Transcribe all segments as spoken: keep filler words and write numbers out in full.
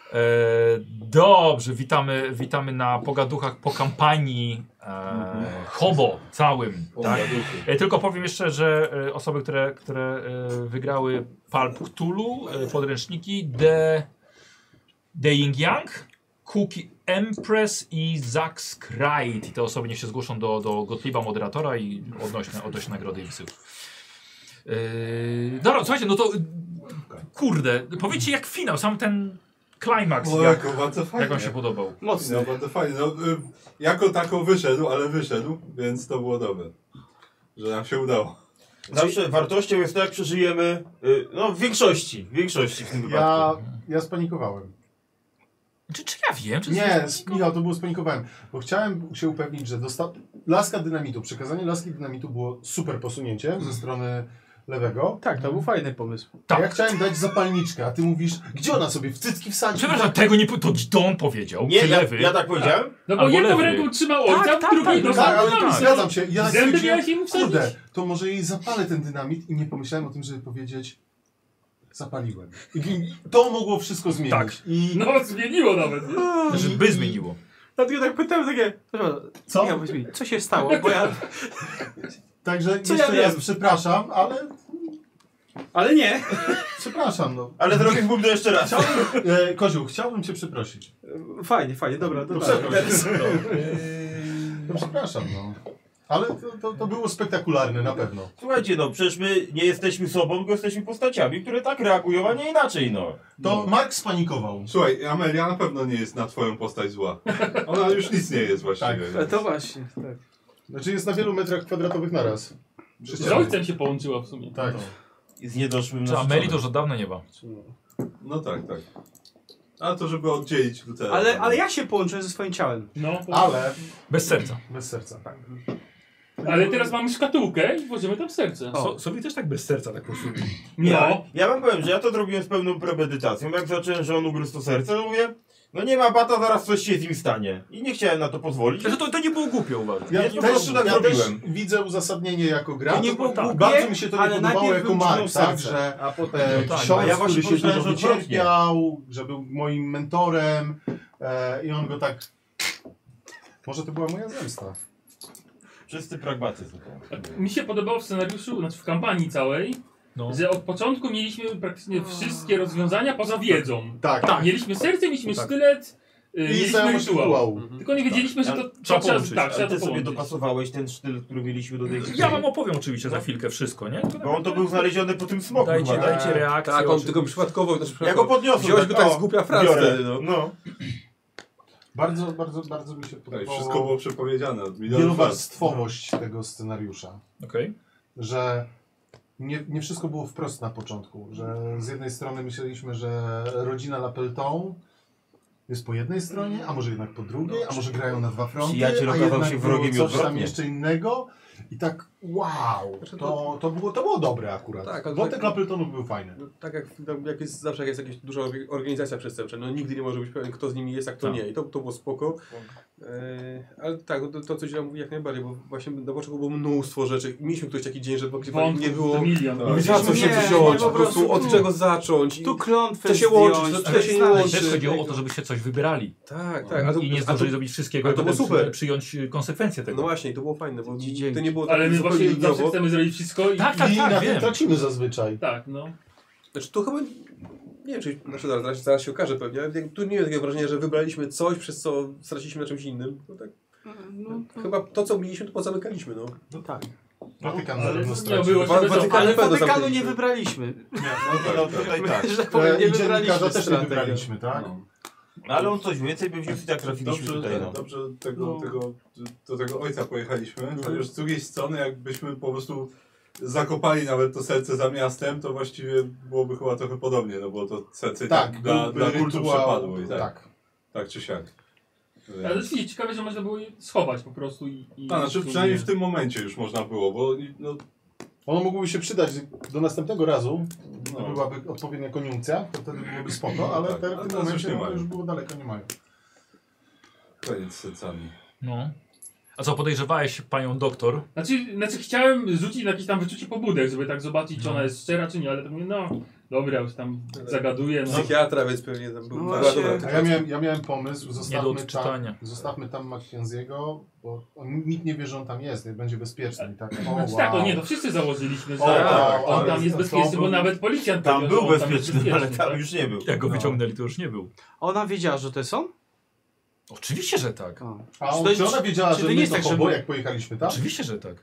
dobrze, witamy, witamy na pogaduchach po kampanii e, Hobo całym. Tak? E, tylko powiem jeszcze, że e, osoby, które, które e, wygrały Pulp Cthulhu, e, podręczniki The, The Ying Yang, Cookie Empress i Zack Scryte. I te osoby niech się zgłoszą do, do Gottlieba moderatora i odnośnie, odnośnie nagrody i wysyłki. Yy, dobra, słuchajcie, no to kurde, powiedzcie jak finał, sam ten klimaks, O, jak, jako, bardzo fajnie. jak wam się podobał? Mocno. No, bardzo fajnie. No, y, jako tako wyszedł, ale wyszedł, więc to było dobre, że nam się udało. Zawsze wartością jest to, jak przeżyjemy, y, no w większości, w większości w tym wypadku. Ja, ja spanikowałem. Czy, czy ja wiem? Czy Nie, Michał, to było spanikowałem, bo chciałem się upewnić, że dosta... laska dynamitu, przekazanie laski dynamitu było super posunięcie ze strony lewego. Tak, to był fajny pomysł. Tak. Ja chciałem dać zapalniczkę, a ty mówisz, gdzie ona sobie w cycki wsadzi? Przepraszam, tego nie, to Don powiedział, nie, ty ja, lewy. ja tak powiedziałem? No bo Albo jedną lewy. ręką trzymał ojca, Tak, tak, drugiej tak, tak, Tak, ale tak. zgadzam się. Ja tak Zęby stwierdziłem, miałeś im wsadzić? kurde, to może jej zapalę ten dynamit i nie pomyślałem o tym, żeby powiedzieć zapaliłem. I to mogło wszystko zmienić. Tak. I... No zmieniło nawet, nie? Znaczy, by zmieniło. Dlatego tak pytałem takie, Co? Michał, powiedz mi, co się stało, bo ja... Także Co jeszcze ja raz wiem? przepraszam, ale Ale nie. przepraszam, no. Ale zrobię bym to jeszcze raz. Chciałbym, e, Koziu, chciałbym cię przeprosić. Fajnie, fajnie, dobra, dobra. Przepraszam. No, przepraszam, no. Ale to, to, to było spektakularne, na pewno. Słuchajcie, no przecież my nie jesteśmy sobą, tylko jesteśmy postaciami, które tak reagują, a nie inaczej, no. To Mark spanikował. Słuchaj, Amelia na pewno nie jest na twoją postać zła. Ona już nic nie jest właściwie. Tak. To właśnie, tak. Znaczy jest na wielu metrach kwadratowych naraz. Z ojcem się połączyła w sumie. Tak. Z niedoszłym Czy Ameli to już od dawna nie ma. No tak, tak. A to żeby oddzielić Lutera. Ale, ale ja się połączyłem ze swoim ciałem. No, Ale Bez serca. bez serca. Tak. ale teraz mamy szkatułkę i włożymy tam serce. So, sobie też tak bez serca tak posługi. Nie, No. ja wam powiem, że ja to zrobiłem z pełną premedytacją. Jak zacząłem, że on ugryzł to serce, to mówię, no nie ma bata, zaraz coś się z nim stanie. I nie chciałem na to pozwolić. Że to, to nie było głupie, uważam. Ja, Ja też, też tak ja też zrobiłem. widzę uzasadnienie jako gra. To nie było tak, głupie, bardzo mi się to nie ale podobało najpierw jako wyłączyłem Mark, tak, serce, że a potem... e, tak, ksiądz, a ja właśnie który się pomyślałem, dużo że odwrotnie. wycierpiał, że był moim mentorem e, i on go tak... Może to była moja zemsta. Wszyscy pragmatyzm. Mi się podobało w scenariuszu, znaczy w kampanii całej, No. że od początku mieliśmy praktycznie wszystkie rozwiązania poza wiedzą. Tak, tak. Mieliśmy serce, mieliśmy Tak. sztylet, y, I mieliśmy znajomość rytuał. rytuału. Tylko nie wiedzieliśmy, że to Trzeba trzeba, trzeba połączyć. tak, Ale trzeba ty to sobie połączyć. dopasowałeś ten sztylet, który mieliśmy do tej Ja wam opowiem oczywiście za chwilkę wszystko, nie? Tylko Bo on to był znaleziony po tym smoku. Dajcie, chyba. dajcie reakcję. Tak, on oczywiście. tylko przypadkowo... Znaczy, Ja go podniosłem. Wziąłeś go tak o, z głupia fraz biorę. wtedy, no. no. Bardzo, bardzo, bardzo mi się Tak, podobało wszystko było przepowiedziane od milionów lat. wielowarstwowość tego scenariusza. Okej. Że nie, nie wszystko było wprost na początku, że z jednej strony myśleliśmy, że rodzina Lapelton jest po jednej stronie, a może jednak po drugiej, a może grają na dwa fronty, Przyjaciel a okazywał jednak się było wrogiem i coś tam odwrotnie. jeszcze innego i tak wow, to, to, było, to było dobre akurat. Tak, ale Wątek tak- Lapeltonów był fajny. No, tak jak, jak jest, zawsze jak jest jakaś duża organizacja przestępcza, no nigdy nie może być pewien, kto z nimi jest, a kto Tak. nie. I to, to było spoko. E, ale tak, to, to co źle mówi jak najbardziej, bo właśnie na początku było mnóstwo rzeczy. Mieliśmy ktoś taki dzień, że faktycznie Wątków nie było milion. No. nie wiedzieć, za co się Nie, wziąć, nie, po po prostu prostu od tu- czego zacząć. I Tu klątwę to się łączy, zdjąć, to, to się nie znaleźć. łączy. Też chodziło o to, żebyście coś wybrali. Tak, tak. A to, I nie a to, zdążyli zrobić wszystkiego, a to i było potem super. przyjąć y, konsekwencje tego. no właśnie, to było fajne, bo Dzięki. to nie było tak Ale my zupełnie właśnie zawsze liniowo. chcemy zrobić wszystko i... Tak, tak, I na tak, tym wiem. tracimy zazwyczaj. Tak, no. Znaczy to chyba, nie wiem, czy, znaczy zaraz, zaraz, zaraz się okaże pewnie, ale tu nie mam takiego wrażenia, że wybraliśmy coś, przez co straciliśmy na czymś innym. No tak, No, chyba to, co mieliśmy, to pozamykaliśmy, no. no tak. Watykan Ale zarówno nie stracił. było się Wa- bez Watykan- Ale na pewno Watykanu zamknięliśmy. nie wybraliśmy. No, to, no tutaj tak. Że tak powiem, E, nie I dziennikarza wybraliśmy też nie strategii. wybraliśmy, tak? No. Ale on coś więcej by wziął i tak trafiliśmy Dobrze, tutaj, no. dobrze tego, No. tego, do tego ojca pojechaliśmy, chociaż z drugiej strony jakbyśmy po prostu zakopali nawet to serce za miastem, to właściwie byłoby chyba trochę podobnie, no bo to serce i Tak, tak dla, byłby dla kultu rytuał, przepadło i tak, tak, tak. czy siak. Ale rzeczywiście ciekawe, że można było je schować po prostu i... i A, znaczy przynajmniej w tym momencie już można było, bo no, Ono mogłoby się przydać do następnego razu, to No. byłaby odpowiednia koniunkcja, to wtedy byłoby spoko, ale tak, te, ale w tym teraz już momencie nie no, to mają. już było daleko, nie mają. koniec z sercami. No. A co, podejrzewałeś panią doktor? Znaczy, znaczy chciałem rzucić na jakieś tam wyczucie pobudek, żeby tak zobaczyć, czy No. ona jest szczera, czy nie, ale to mówię, no, Dobra, już tam zagaduję. No. Psychiatra, więc pewnie tam był... No Dobra, właśnie. dobra, A ja miałem, ja miałem pomysł, Nie do zostawmy odczytania. tam, zostawmy tam Mackenzie'ego, bo on, nikt nie wie, że on tam jest, nie będzie bezpieczny. I tak, o, Znaczy wow. tak, to nie, to wszyscy założyliśmy, że O, tak, on ale tam jest to bezpieczny, bo był- nawet policjant Tam powiedział, był że on bezpieczny, jest ale tam tak? już nie był. Jak go No. wyciągnęli, to już nie był. Ona wiedziała, że to jest on? Oczywiście, że tak. A. A Czy on, to- czy ona wiedziała, czy że to nie my jest to tak, że Hobo, my- jak pojechaliśmy tam? Oczywiście, że tak.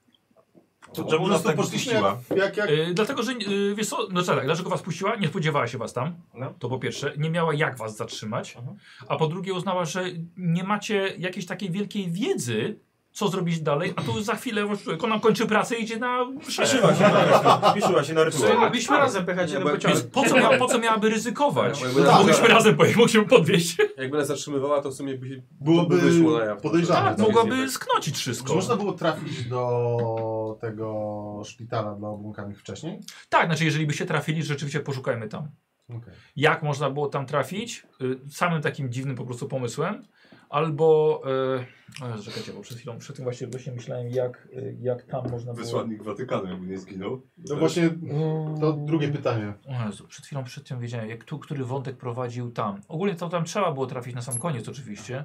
To Po czemu nas prostu tak poszliśmy puściła? jak, jak, jak... Yy, dlatego, że yy, wiesz co, no tak, dlaczego was puściła? Nie spodziewała się was tam. No. To po pierwsze, nie miała jak was zatrzymać. Mhm. A po drugie uznała, że nie macie jakiejś takiej wielkiej wiedzy, co zrobić dalej, a tu za chwilę jak ona kończy pracę i idzie na mszę. Spieszyła się na rytuał. Spieszyła się na rytuał. Mogliśmy razem pojechać Nie, jeden bo- pociąg. Więc po co, mia, po co miałaby ryzykować? No, No, jakby tak, nas- mogliśmy razem pojechać, mogliśmy podwieźć. Jakby nas zatrzymywała, to w sumie by, Byłoby to by wyszło na jaw. podejrzane. Tak, to mogłaby tak. sknocić Czy wszystko. można było trafić do tego szpitala dla obłąkanych wcześniej? Tak, znaczy jeżeli byście trafili, rzeczywiście poszukajmy tam. Okay. Jak można było tam trafić? Y, Samym takim dziwnym po prostu pomysłem. Albo... Y, o Jezu, czekajcie, bo przed chwilą, przed tym właśnie, właśnie myślałem jak, y, jak tam można było... Wysłannik Watykanu jakby nie zginął. No właśnie, to drugie pytanie. O Jezu, przed chwilą przed tym wiedziałem, jak tu, który wątek prowadził tam. Ogólnie to tam trzeba było trafić na sam koniec oczywiście.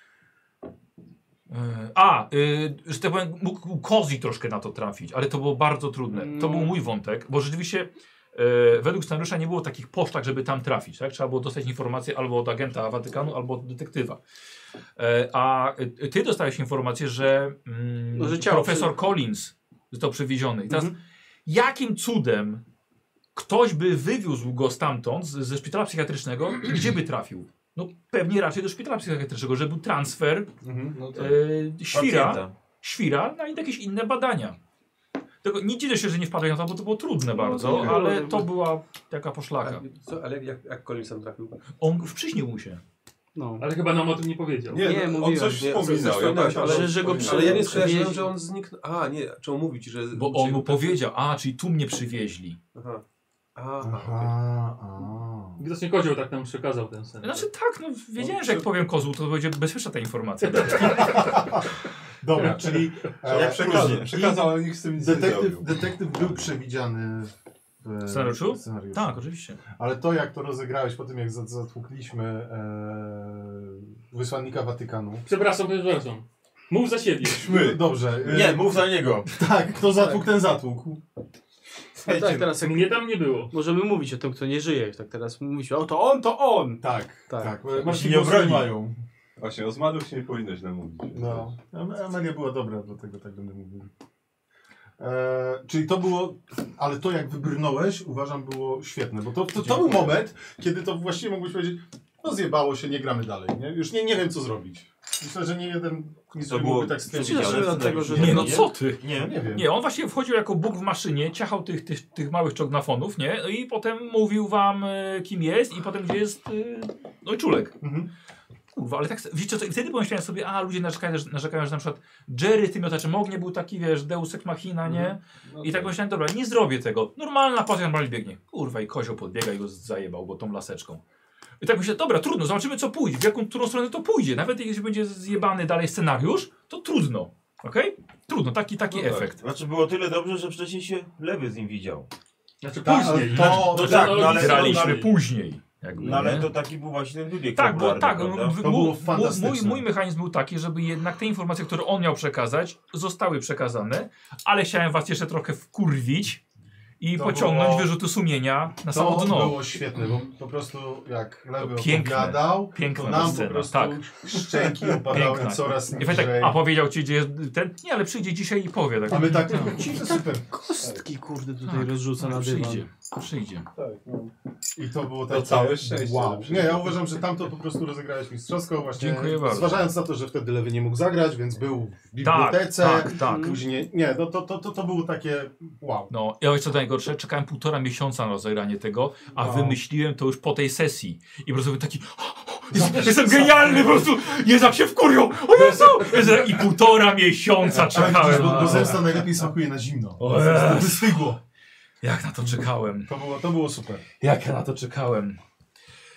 Yy, a, yy, że tak powiem, mógł Kozi troszkę na to trafić, ale to było bardzo trudne. To No. był mój wątek, bo rzeczywiście yy, według scenariusza nie było takich poszlak, żeby tam trafić. Tak? Trzeba było dostać informację albo od agenta Watykanu, albo od detektywa. Yy, a yy, ty dostałeś informację, że, mm, No, że ciało profesor przy- Collins został przewieziony. I teraz Mhm. jakim cudem ktoś by wywiózł go stamtąd, z, ze szpitala psychiatrycznego, gdzie by trafił? No pewnie raczej do szpitala psychiatrycznego, że był transfer Mhm. No tak. e, świra, Pacjenta. świra na jakieś inne badania. Tego, nie dziwię się, że nie wpadłeś na to, bo to było trudne No, bardzo, to nie było, ale jakby- to była taka poszlaka. Ale, co, ale jak, jak, jak Collins tam trafił? On przyśnił mu się. No. Ale chyba nam o tym nie powiedział. Nie, Nie, no, on mówiłem. coś Nie, coś wspominał. wspominałeś, ja ale- pamiętam, że go wspominał. Ale ja nie Przywieźli. skojarzyłem, że on zniknął. A, nie, czy on mówi ci, że... Bo on mu powiedział, a, czyli tu mnie przywieźli. Aha. A, okej. Aha, a. Widocznie Kozioł tak nam przekazał ten sen. Znaczy tak, no wiedziałem, że jak powiem kozłu, to będzie bezpieczna ta informacja. Dobra, czyli Ale e, przekazał, różnie. przekazał, ale nikt z tym nic nie detektyw, zrobił. detektyw był przewidziany w e, Scenariuszu? scenariuszu. Tak, oczywiście. Ale to, jak to rozegrałeś po tym, jak za- zatłukliśmy e, wysłannika Watykanu. Przepraszam, przepraszam. Mów za siebie. My. Dobrze. e, Nie, mów za niego. Tak, kto zatłukł, ten zatłukł. No tak, teraz jak Mnie tam nie było. możemy mówić o tym, kto nie żyje. Tak teraz mówić, o to on, to on! Tak, Tak. tak. Właśnie Właśnie nie nie obroni. mają. Właśnie, o zmarłych się nie powinnoś nam mówić. No, Am- Amelia była dobra, dlatego tak będę mówił. E, czyli to było, ale to jak wybrnąłeś, uważam, było świetne, bo to, to, to był moment, kiedy to właściwie mogłeś powiedzieć, no zjebało się, nie gramy dalej, nie? Już nie, nie wiem, co zrobić. Myślę, że nie jeden nic To mógłby było tak stwierdzić. przewidziane. Zacznijmy od tego, że... Nie no Nie? co ty? Nie, Nie wiem. Nie, on właśnie wchodził jako Bóg w maszynie, ciachał tych, tych, tych małych czognafonów, nie? No i potem mówił wam, e, kim jest i potem gdzie jest e, ojczulek. Mhm. Kurwa, ale tak, wiecie co, i wtedy pomyślałem sobie, a ludzie narzekają, że, narzekają, że na przykład Jerry, tym miotaczem ognia był taki, wiesz, deus ex machina, nie? No I tak pomyślałem, dobra, nie zrobię tego. Normalna postać normalnie biegnie. Kurwa, i kozioł podbiega i go zajebał go tą laseczką. I tak myślę, dobra, trudno, zobaczymy co pójdzie, w jaką którą stronę to pójdzie. Nawet jeśli będzie zjebany dalej scenariusz, to trudno. Okej? Trudno, taki, taki No tak. efekt. Znaczy było tyle dobrze, że wcześniej się lewy z nim widział. Znaczy Tak, ale później. to- znaczy, No tak, no, no ale- Graliśmy ale- później. Jakby, No ale nie? to taki był właśnie ten wybieg Tak, bo fabularny, tak, prawda? m- To mój- było mój, fantastyczne. mój mechanizm był taki, żeby jednak te informacje, które on miał przekazać, zostały przekazane, ale chciałem was jeszcze trochę wkurwić i To pociągnąć było- wyrzuty sumienia na samo To dno. było świetne, bo po prostu jak Lewy Piękne. opowiadał, Piękna to nam scena, po prostu tak. szczęki opadały Piękna. coraz I tak, niżej. a powiedział ci, gdzie jest ten? Nie, ale przyjdzie dzisiaj i powie. Tak. A my tak, No. no, super. Kostki, kurde, tutaj Tak, rozrzuca na dywan. Przyjdzie, przyjdzie. I to było To takie... całe szczęście, Wow. że Nie, ja uważam, że tamto po prostu rozegrałeś mistrzowsko. Właśnie Dziękuję bardzo. Zważając na to, że wtedy Lewy nie mógł zagrać, więc był w bibliotece. Tak, tak, tak. Później, nie, no to, to, to, to było takie wow. No, ja ojca co najgorsze, czekałem półtora miesiąca na rozegranie tego, a No. wymyśliłem to już po tej sesji. I po prostu był taki, jest, jestem genialny, po prostu, jest jak się wkurwią, o Jezu! Jezu! I półtora miesiąca czekałem. Bo, bo na- zemsta najlepiej smakuje na zimno. O Jezu. Wystygło. Jak na to czekałem. To było, to było super. Jak ja na to czekałem.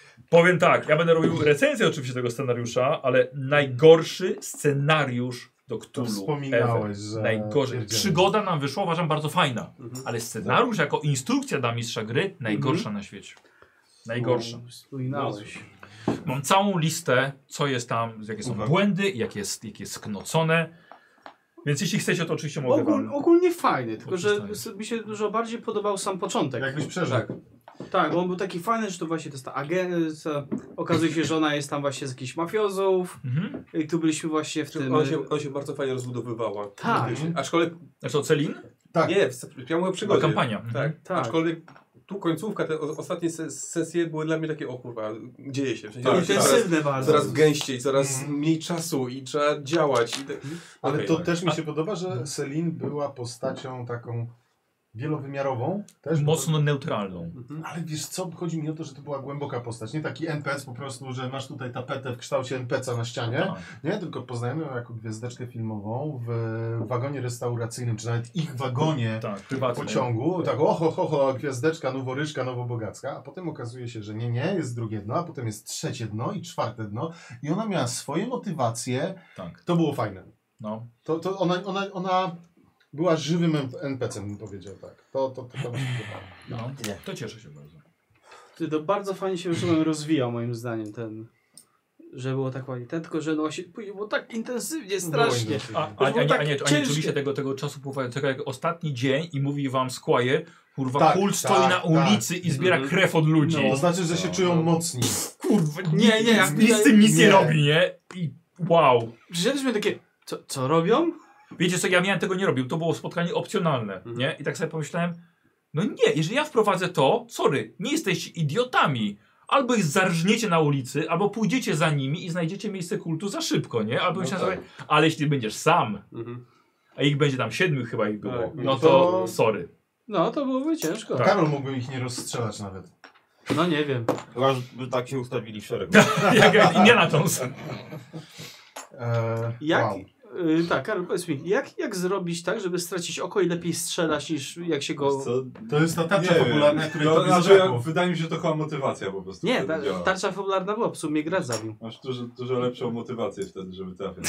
Powiem tak, ja będę robił recenzję oczywiście tego scenariusza, ale najgorszy scenariusz do Cthulhu Wspominałeś, ever. że... Najgorzej. pierdzielę. Przygoda nam wyszła, uważam, bardzo fajna. Mhm. Ale scenariusz jako instrukcja dla mistrza gry najgorsza na świecie. Najgorsza. O, Wspominałeś. Mam całą listę, co jest tam, jakie są Uwaga. błędy, jak jest, jak jest sknocone. Więc jeśli chcecie, to oczywiście mogę Ogól, wam... ogólnie fajny, tylko że Poprzestanie. mi się dużo bardziej podobał sam początek. Jakbyś przeżył. Tak. Tak, bo on był taki fajny, że to właśnie to jest ta agencja. Okazuje się, że ona jest tam właśnie z jakichś mafiozów. Mhm. I tu byliśmy właśnie w tym. Ona się, ona się bardzo fajnie rozbudowywała. Tak. Aczkolwiek Znaczy o Celin? Tak. nie, w ja mówię o przygodzie. Kampania. Tak, Mhm. Tak. aczkolwiek tu końcówka, te o- ostatnie se- sesje były dla mnie takie, o kurwa, dzieje się. W sensie Tak, coraz, Intensywne bardzo. coraz gęściej, coraz Mhm. mniej czasu i trzeba działać. I te... Ale Okej, to tak. też mi się podoba, że Selin była postacią taką wielowymiarową. Też Mocno neutralną. Mhm. Ale wiesz co, chodzi mi o to, że to była głęboka postać. Nie taki N P C po prostu, że masz tutaj tapetę w kształcie N P C na ścianie. Tak. Nie, tylko poznajemy ją jako gwiazdeczkę filmową w wagonie restauracyjnym, czy nawet ich wagonie Tak, prywatnie. pociągu. Tak, oho, ho, ho, gwiazdeczka, noworyżka, nowobogacka. A potem okazuje się, że nie, nie, jest drugie dno, a potem jest trzecie dno i czwarte dno. I ona miała swoje motywacje. Tak, To było fajne. no. To, to ona, ona, ona była żywym N P C-em, bym powiedział tak. To, to, to, to mi się podobało. no. To cieszę się bardzo. Ty, to bardzo fajnie się już rozwijał moim zdaniem ten. Że było tak fajnie. Ten, tylko że no właśnie później było tak intensywnie, strasznie. Było A, intensywnie. a, a, było nie, tak a, nie, a nie ciężkie. czuliście tego, tego czasu pływającego jak ostatni dzień i mówi wam Squire, kurwa, Tak, Kult stoi tak, na ulicy i zbiera Mhm. krew od ludzi. To znaczy, że się czują mocni. Kurwa, Nie, nie, jak- nic z tym nic nie, nie. robi, nie? I wow. Przyszedliśmy takie, co, co robią? Wiecie co, ja miałem tego nie robił, to było spotkanie opcjonalne, nie? I tak sobie pomyślałem, no nie, jeżeli ja wprowadzę to, sorry, nie jesteście idiotami. Albo ich zarżniecie na ulicy, albo pójdziecie za nimi i znajdziecie miejsce kultu za szybko, nie? Albo No myślałem tak. sobie, ale jeśli będziesz sam, Mhm. a ich będzie tam siedmiu chyba ich było, Tak. no To- to sorry. No to byłoby ciężko. Tak. Karol mógłby ich nie rozstrzelać nawet. No nie wiem. Chyba, żeby tak się ustawili w szeregu. Jak, jak Indiana Jones. Eee, Jak? wow. Y, tak, Karol, powiedz mi, jak, jak zrobić tak, żeby stracić oko i lepiej strzelać niż jak się go... Wiesz co? To jest ta tarcza Nie wiem. popularna, której To tobie znaczy, zabrakło. ja, wydaje mi się, że to chyba motywacja po prostu. Nie, wtedy ta, działa. tarcza fabularna była, po prostu mnie grać zabił. Masz dużo, dużo lepszą motywację wtedy, żeby trafić.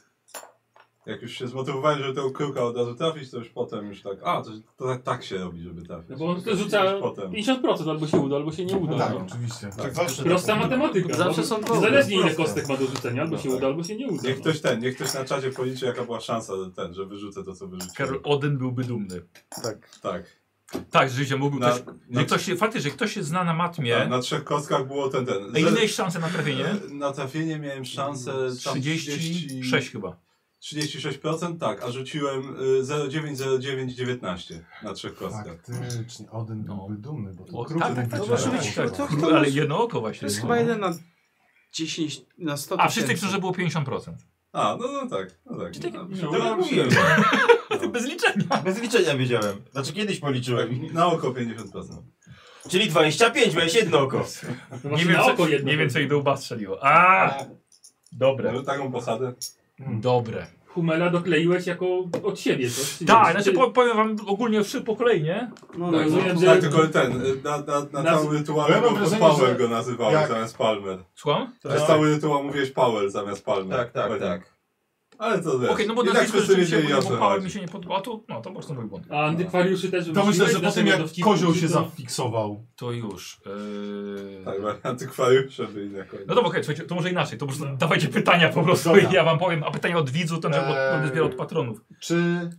Jak już się zmotywowałem, żeby tego kruka od razu trafić, to już potem już tak, a, to, to tak, tak się robi, żeby trafić. No bo on to Już rzuca potem. pięćdziesiąt procent albo się uda, albo się nie uda. No tak, no. oczywiście. Tak zawsze Prosta tak. matematyka. Zawsze bo są dwa. niezależnie ile Proste. kostek ma do rzucenia, albo No się tak. uda, albo się nie uda. Niech no. ktoś ten, niech ktoś na czacie policzy, jaka była szansa, ten, że wyrzucę to, co wyrzuciłem. Karol Odyn byłby dumny. Tak. Tak. Tak, rzeczywiście mógłby Na- ktoś, na- że ktoś się, faktycznie, że ktoś się zna na matmie. Na, na trzech kostkach było ten, ten. A ile miałeś szansę na trafienie? Na trafienie miałem szansę tam trzydzieści sześć chyba. trzydzieści sześć procent, tak, a rzuciłem y, zero przecinek dziewięć zero dziewięć dziewiętnaście na trzech kostkach. Faktycznie, Odyn No. byłby dumny, bo to O, krucy tak, tak, mógł tak, być może tak, być- tak. to- Król, ale jedno oko właśnie. To jest no. chyba jeden na dziesięć, na sto A wszyscy tysięcy. piszą, że było pięćdziesiąt procent. A, no, no tak, no tak. Czy tak- No, no, to ja mówiłem. Ty bez liczenia. Bez liczenia wiedziałem. Znaczy kiedyś policzyłem. tak, na oko pięćdziesiąt procent. Czyli dwadzieścia pięć, miałeś jedno oko. No Nie właśnie wiem, na co, oko jedno. nie wiem, co jej do łba strzeliło. A, dobre, No, taką posadę. dobre. Humela dokleiłeś jako od siebie coś. czy nie? Tak, Czy- znaczy po, powiem wam ogólnie wszyscy po kolei, nie? No, No, no, rozumiem, no. że- Tak, tylko ten, y, na, na, na Naz- cały rytuał Ja mam go wrażenie, Powell że go nazywałem jak- zamiast Palmer. Słucham? Przez cały rytuał mówiłeś Powell zamiast Palmer. Tak, tak, Pewnie. tak. Ale to wiesz, Okej, no bo i tak nazwisko wszyscy rzeczywiście, wiedzieli, o bo co Paweł chodzi. mi się nie podobał, to, no to po prostu mój błąd. A antykwariuszy też To myślę, wymyśliłeś, że po tym dlaczego jak dowcipów kozioł się czy to- zafiksował. To już. Yy... Tak, bo antykwariusze byli na końcu. No dobra, okej, słuchajcie, to może inaczej, to po prostu dawajcie pytania po prostu Dobra. i ja wam powiem, a pytania od widzów, to żeby Eee. będę zbierał od patronów. Czy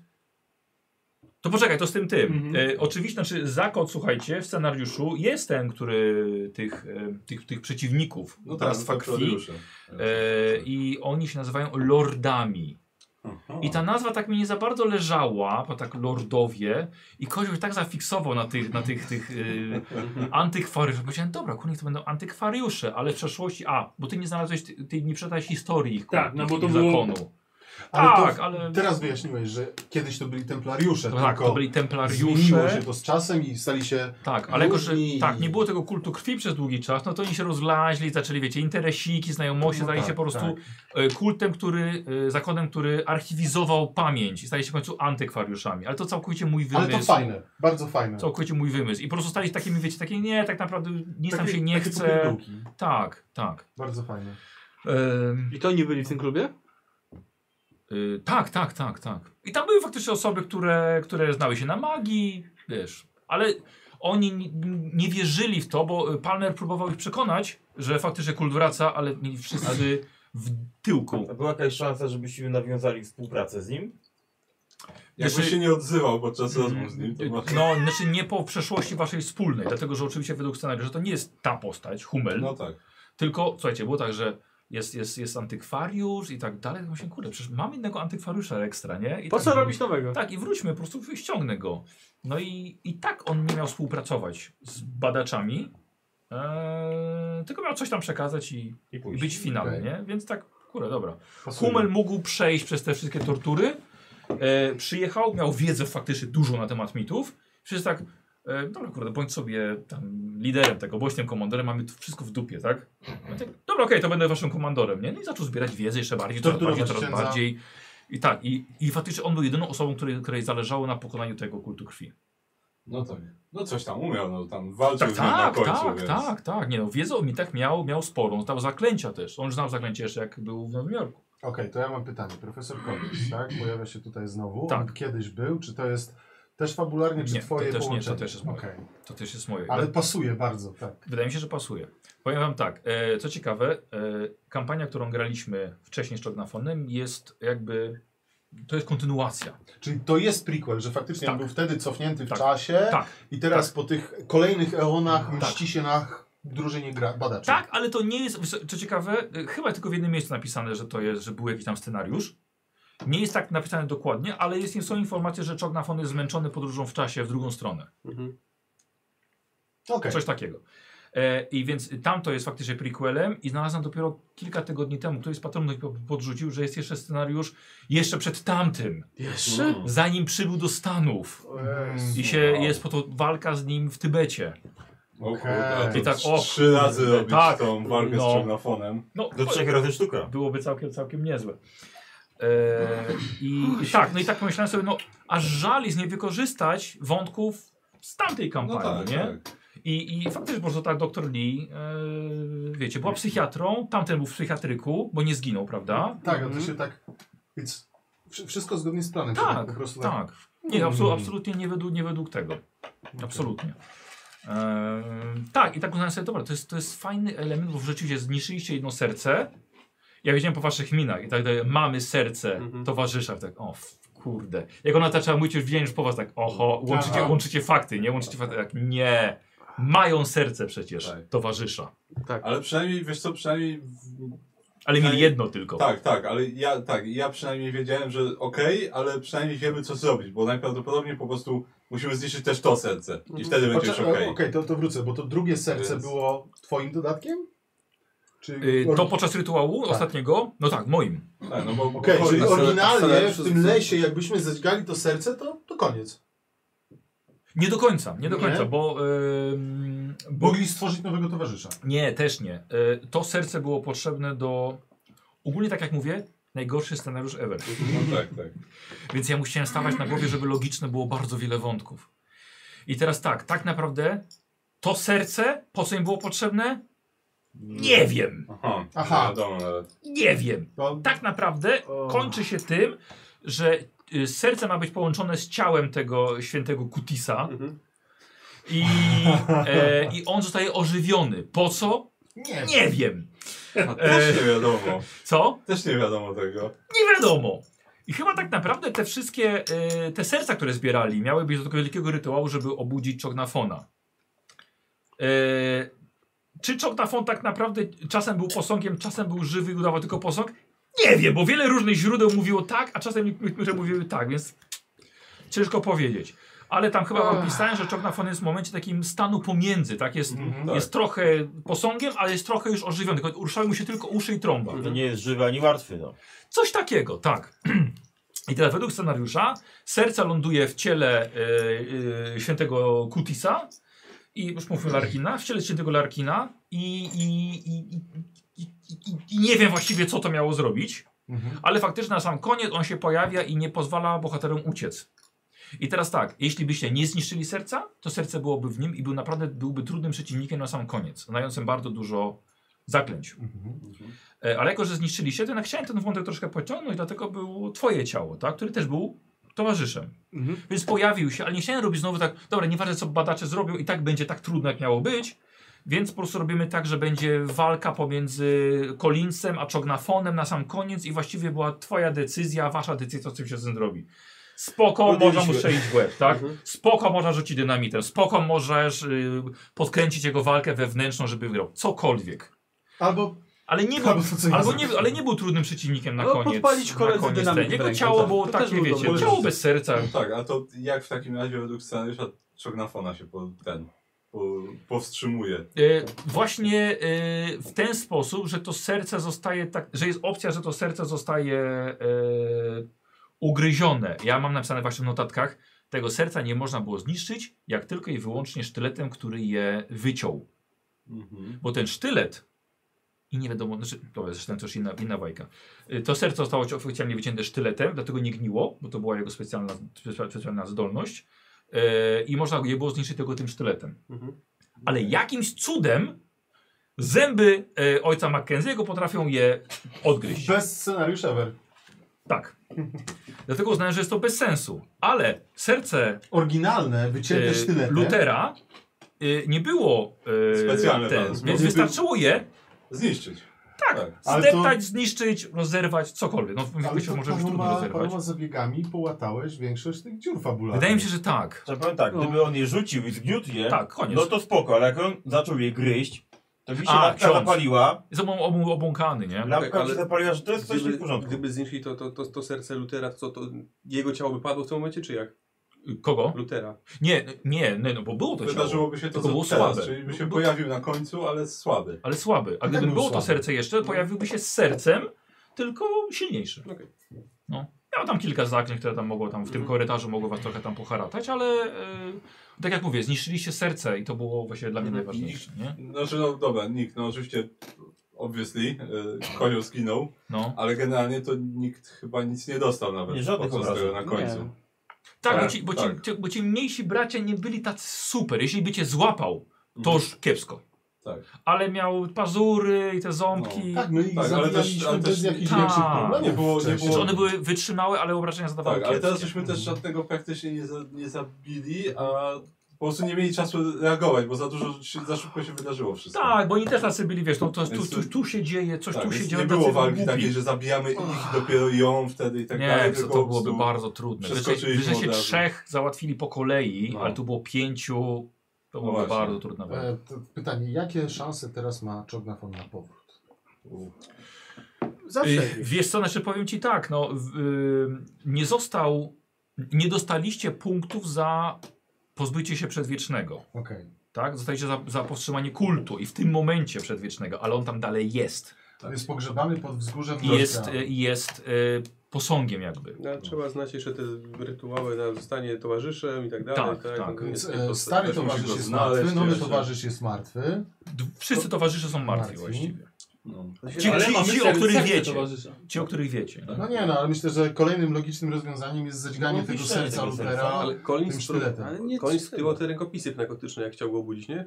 To poczekaj, to z tym tym. Mhm. E, oczywiście, znaczy zakład, słuchajcie, w scenariuszu jest ten, który tych, e, tych, tych przeciwników, No tak, Bractwa no to Krwi, Klaudiusze. e, i oni się nazywają lordami. Aha. I ta nazwa tak mi nie za bardzo leżała, bo tak lordowie, i Kozioł się tak zafiksował na tych, na tych, tych yy, antykwariuszach. Powiedziałem, dobra, kurnik to będą antykwariusze, ale w przeszłości, a, bo ty nie znalazłeś, ty, ty nie przeczytałeś historii ich, Tak, no bo ich to było- zakonu. ale Tak, to ale... teraz wyjaśniłeś, że kiedyś to byli templariusze, No tak, tylko to byli zmieniło templariusze. się to z czasem i stali się Tak, ale jako, że różni. tak, nie było tego kultu krwi przez długi czas, no to oni się rozlaźli, zaczęli, wiecie, interesiki, znajomości, No stali tak, się po prostu tak. e, kultem, który, e, zakonem, który archiwizował pamięć i stali się w końcu antykwariuszami. Ale to całkowicie mój wymysł. Ale to fajne, bardzo fajne. Całkowicie mój wymysł. I po prostu stali się takimi, wiecie, takie nie, tak naprawdę nic nam Takie- się nie takie chce. popierdółki. Tak, tak. Bardzo fajne. Ym, I to oni byli w tym klubie? Y, tak, tak, tak, tak. I tam były faktycznie osoby, które, które znały się na magii, wiesz, ale oni nie, nie wierzyli w to, bo Palmer próbował ich przekonać, że faktycznie kult wraca, ale mieli wszyscy w tyłku. A była jakaś szansa, żebyśmy nawiązali współpracę z nim? Jakby Znaczy- się nie odzywał podczas rozmów z nim, to może... No, znaczy nie po przeszłości waszej wspólnej, dlatego że oczywiście według scenariusza to nie jest ta postać, Hummel, No tak. tylko, słuchajcie, było tak, że jest, jest, jest antykwariusz i tak dalej, myślę, kurde, przecież mam innego antykwariusza ekstra, nie? I Po tak, co robić nowego? Tak, i wróćmy, po prostu ściągnę go. No i, i tak on nie miał współpracować z badaczami, eee, tylko miał coś tam przekazać i, I i pójść. być w finale, Okej. nie? Więc tak, kurde, dobra. Pasuje. Hummel mógł przejść przez te wszystkie tortury, e, przyjechał, miał wiedzę faktycznie dużo na temat mitów, przecież tak, e, dobra, kurde, bądź sobie tam liderem tego, bądź tym komandorem, mamy tu wszystko w dupie, tak? No tak dobra, okej, to będę waszym komandorem, nie? No i zaczął zbierać wiedzę jeszcze bardziej, coraz Torturować bardziej, coraz księdza. bardziej. I tak, i, i faktycznie on był jedyną osobą, której, której zależało na pokonaniu tego kultu krwi. No tak. No coś tam umiał, no tam walczył Tak, z nim na tak, końcu, tak, więc... tak, tak, nie no, wiedzę o mitach miał, miał sporą, on znał zaklęcia też, on już znał zaklęcie jeszcze jak był w Nowym Jorku. Okej, to ja mam pytanie. Profesor Collins, tak? Pojawia się tutaj znowu. Tak. On kiedyś był. Czy to jest też fabularnie, czy Nie, to twoje też nie, to połączenie? też jest moje. Okej. To też jest moje. Ale pasuje bardzo, tak. Wydaje mi się, że pasuje. Powiem wam tak, e, co ciekawe, e, kampania, którą graliśmy wcześniej z Czognafonem jest jakby, to jest kontynuacja. Czyli to jest prequel, że faktycznie Tak. on był wtedy cofnięty w Tak. czasie Tak, i teraz tak. po tych kolejnych eonach Tak. mści się na drużynie gra badaczy. tak, ale to nie jest, co ciekawe, e, chyba tylko w jednym miejscu napisane, że to jest, że był jakiś tam scenariusz. Nie jest tak napisane dokładnie, ale jest, są informacje, że Czognafon jest zmęczony podróżą w czasie w drugą stronę. Mhm. Okej. Coś takiego. E, I więc tam to jest faktycznie prequelem i znalazłem dopiero kilka tygodni temu, któryś z patronów mi podrzucił, że jest jeszcze scenariusz jeszcze przed tamtym, Jeszcze? zanim przybył do Stanów. Mm. I się jest po to walka z nim w Tybecie. O kurde, Okej. a to I tak, o trzy razy kurde, robić tak, tą walkę no. z Czognafonem. No, Do trzech razy sztuka. byłoby całkiem, całkiem niezłe. E, i, I tak, no i tak pomyślałem sobie, no aż żal jest nie wykorzystać wątków z tamtej No kampanii, tak, nie? tak. I, I faktycznie po prostu tak doktor Lee, e, wiecie, była psychiatrą, tamten był w psychiatryku, bo nie zginął, prawda? Tak, a to Mhm. się tak... Więc wszy- wszystko zgodnie z planem. się Tak, po prostu tak. Nie, absolu, absolutnie nie według, nie według tego. Absolutnie. E, tak, i tak uznałem sobie, dobra, to jest, to jest fajny element, bo rzeczywiście zniszczyliście jedno serce. Ja wiedziałem po waszych minach i tak dalej, mamy serce Mhm. towarzysza, tak, o f- kurde. Jak ona zaczęła mówić, już widziałem już po was tak, oho, łączycie, Aha. łączycie fakty, nie łączycie fakty, tak, nie. Mają serce przecież Tak. towarzysza. Tak. Ale przynajmniej, wiesz co, przynajmniej... W... Ale mieli Przynajmniej- jedno tylko. Tak, tak, ale ja, tak, ja przynajmniej wiedziałem, że okej, ale przynajmniej wiemy co zrobić, bo najprawdopodobniej po prostu musimy zniszczyć też to serce i wtedy będzie już Okej, okej. to, to wrócę, bo to drugie serce Więc- było twoim dodatkiem? Czy... Y, to podczas rytuału Tak. ostatniego? No tak, moim. Tak, no bo... Okej, bo- czyli a scena- oryginalnie scenariusz w tym jest- lesie, jakbyśmy zeźgali to serce, to, to koniec. Nie do końca, nie do Nie? końca, bo, ym, bo... Mogli stworzyć nowego towarzysza. Nie, też nie. Y, to serce było potrzebne do... Ogólnie tak jak mówię, najgorszy scenariusz ever. No tak, tak. Więc ja musiałem stawać na głowie, żeby logiczne było bardzo wiele wątków. I teraz tak, tak naprawdę to serce, po co im było potrzebne? Nie wiem. Aha, Aha. nie wiadomo nawet. Nie wiem. To... Tak naprawdę kończy się tym, że y, serce ma być połączone z ciałem tego świętego Kutisa Mhm. i, e, i on zostaje ożywiony. Po co? Nie. Nie wiem. A też nie wiadomo. Co? Też nie wiadomo tego. Nie wiadomo. I chyba tak naprawdę te wszystkie, e, te serca, które zbierali, miały być do tego wielkiego rytuału, żeby obudzić Czognafona. E, czy Czognafon tak naprawdę czasem był posągiem, czasem był żywy i udawał tylko posąg? Nie wiem, bo wiele różnych źródeł mówiło tak, a czasem niektóre mówiły tak, więc ciężko powiedzieć. Ale tam chyba wam pisałem, że Czognafon jest w momencie takim stanu pomiędzy, tak? Jest, tak. jest trochę posągiem, ale jest trochę już ożywiony. Tylko ruszały mu się tylko uszy i trąba. To nie jest żywy ani martwy, no. Coś takiego, tak. I teraz według scenariusza serce ląduje w ciele e, e, świętego Kutisa i już mówimy Larkina, w ciele świętego Larkina i, i, i, i, i, i, i nie wiem właściwie co to miało zrobić, Mhm. ale faktycznie na sam koniec on się pojawia i nie pozwala bohaterom uciec. I teraz tak, jeśli byście nie zniszczyli serca, to serce byłoby w nim i był naprawdę byłby trudnym przeciwnikiem na sam koniec, znającym bardzo dużo zaklęć. Mhm. E, ale jako, że zniszczyliście, to jednak chciałem ten wątek troszkę pociągnąć, dlatego było twoje ciało, tak? Który też był towarzyszem. Mhm. Więc pojawił się, ale nie chciałem robić znowu tak, dobra, nieważne co badacze zrobią, i tak będzie tak trudno, jak miało być, więc po prostu robimy tak, że będzie walka pomiędzy Collinsem a Czognafonem na sam koniec i właściwie była twoja decyzja, wasza decyzja, co się z tym zrobi. Spoko, Podjęliśmy. można mu strzelić w łeb, tak? Mhm. Spoko, można rzucić dynamitem, spoko, możesz y, podkręcić jego walkę wewnętrzną, żeby wygrał. Cokolwiek. Albo, Ale nie był, albo to, co ja albo nie, zrobię. ale nie był trudnym przeciwnikiem na No, koniec. podpalić na koledzy koniec dynamit ten. Jego w rękę, ciało tak. było To też takie, było wiecie, dobre. ciało bez serca. Tak, a to jak w takim razie według scenariusza Czognafona się po, ten, po, powstrzymuje? E, właśnie e, w ten sposób, że to serce zostaje tak, że jest opcja, że to serce zostaje e, ugryzione. Ja mam napisane właśnie w notatkach, tego serca nie można było zniszczyć, jak tylko i wyłącznie sztyletem, który je wyciął. Mhm. Bo ten sztylet i nie wiadomo, znaczy, dobra, zresztą to już inna, inna bajka. Y, To serce zostało oficjalnie wycięte sztyletem, dlatego nie gniło, bo to była jego specjalna, specja- specjalna zdolność. Y, I można je było zniszczyć tylko tym sztyletem. Mhm. Ale jakimś cudem zęby y, ojca Mackenzie'ego potrafią je odgryźć. Bez scenariusza ever. Tak. Dlatego uznałem, że jest to bez sensu. Ale serce Oryginalne, wycięte y, sztyletem. Lutera y, nie było y, Specjalne ten, bardzo. więc Nie wystarczyło je Zniszczyć. tak, Tak. Ale zdeptać, to- zniszczyć, rozerwać, cokolwiek. No, Ale myślę, to może być trudno paroma, rozerwać. paroma zabiegami połatałeś większość tych dziur fabularnych. Wydaje mi się, że tak. Trzeba powiem tak, No. gdyby on je rzucił i zgniótł je, Tak, koniec. no to spoko, ale jak on zaczął je gryźć, to mi się A, lampka ksiądz. zapaliła, Jest obą, obą, obłąkany, nie? lampka ale mi się zapaliła, że to jest coś nie w Gdyby, porządku. gdyby zniszczyli to, to, to, to serce Lutera, to, co, to jego ciało by padło w tym momencie, czy jak? Kogo? Lutera. Nie, nie, nie, no bo było to ciało. Wydarzyłoby się to, Tylko co było teraz, słabe. czyli by się Bo- pojawił na końcu, ale słaby. Ale słaby. A tak gdyby był było to słaby. serce jeszcze, pojawiłby się z sercem, tylko silniejszy. Okej. No. Miał tam kilka zaklęć, które tam mogło tam w tym Mhm. korytarzu mogło was trochę tam poharatać, ale e, tak jak mówię, zniszczyliście serce i to było właśnie dla mnie Mhm. najważniejsze, nie? Znaczy, no dobra, nikt, no oczywiście, obviously, y, kozioł zginął, No. ale generalnie to nikt chyba nic nie dostał nawet Nie, żadnych podczas tego obrażeń. na końcu. Nie. Tak, Tak, bo, ci, bo, tak. ci, ci, bo ci mniejsi bracia nie byli tacy super. Jeśli by cię złapał, to Mhm. już kiepsko. Tak. Ale miał pazury i te ząbki. Tak, my ich Tak, ale też- zabijaliśmy ale bez też- jakichś tak. większych problemów. Nie było- nie wcześniej. było- Że one były wytrzymałe, ale obrażenia zadawały Tak, ale teraz kiepskie. żeśmy też żadnego praktycznie nie, za, nie zabili, a po prostu nie mieli czasu reagować, bo za dużo, się, za szybko się wydarzyło wszystko. Tak, bo oni też tacy byli, wiesz, no to, tu, Więc tu, tu się dzieje, coś tak, tu się więc dzieje. nie tacy było walki głupi. takiej, że zabijamy ich i dopiero ją wtedy i tak Nie, dalej. to, tylko to po byłoby prostu bardzo trudne. Wy, przeskoczyliśmy wy, że się od razu. trzech załatwili po kolei, No. ale tu było pięciu, to No byłoby właśnie. bardzo trudna walka. E, to pytanie, jakie szanse teraz ma Czognafon na powrót? Zawsze Y, jest. Wiesz co, znaczy powiem ci tak, no, w- y, nie został, nie dostaliście punktów za pozbycie się przedwiecznego, Okej. tak? Zostaliście za, za powstrzymanie kultu i w tym momencie przedwiecznego, ale on tam dalej jest. Jest pogrzebany pod wzgórzem I jest, Norcia. y, i jest y, posągiem jakby. No, trzeba znać jeszcze te rytuały na zostanie towarzyszem i tak dalej. Tak, tak. No, Więc jest- e, to- stary też musi towarzysz go jest znaleźć martwy, nowy jeszcze. towarzysz jest martwy. D- Wszyscy towarzysze są martwi Martwi. właściwie. No. Ci, Ale ci, mamy ci o serce których wiecie. towarzysza. Ci, o których wiecie. No nie no, ale myślę, że kolejnym logicznym rozwiązaniem jest zadźganie No, tego piszczenie serca tego serca, Lutera Ale tym Collins, sztyletem. Ale nie Collins trzeba. skrywał te rękopisy narkotyczne, jak chciał go obudzić, nie?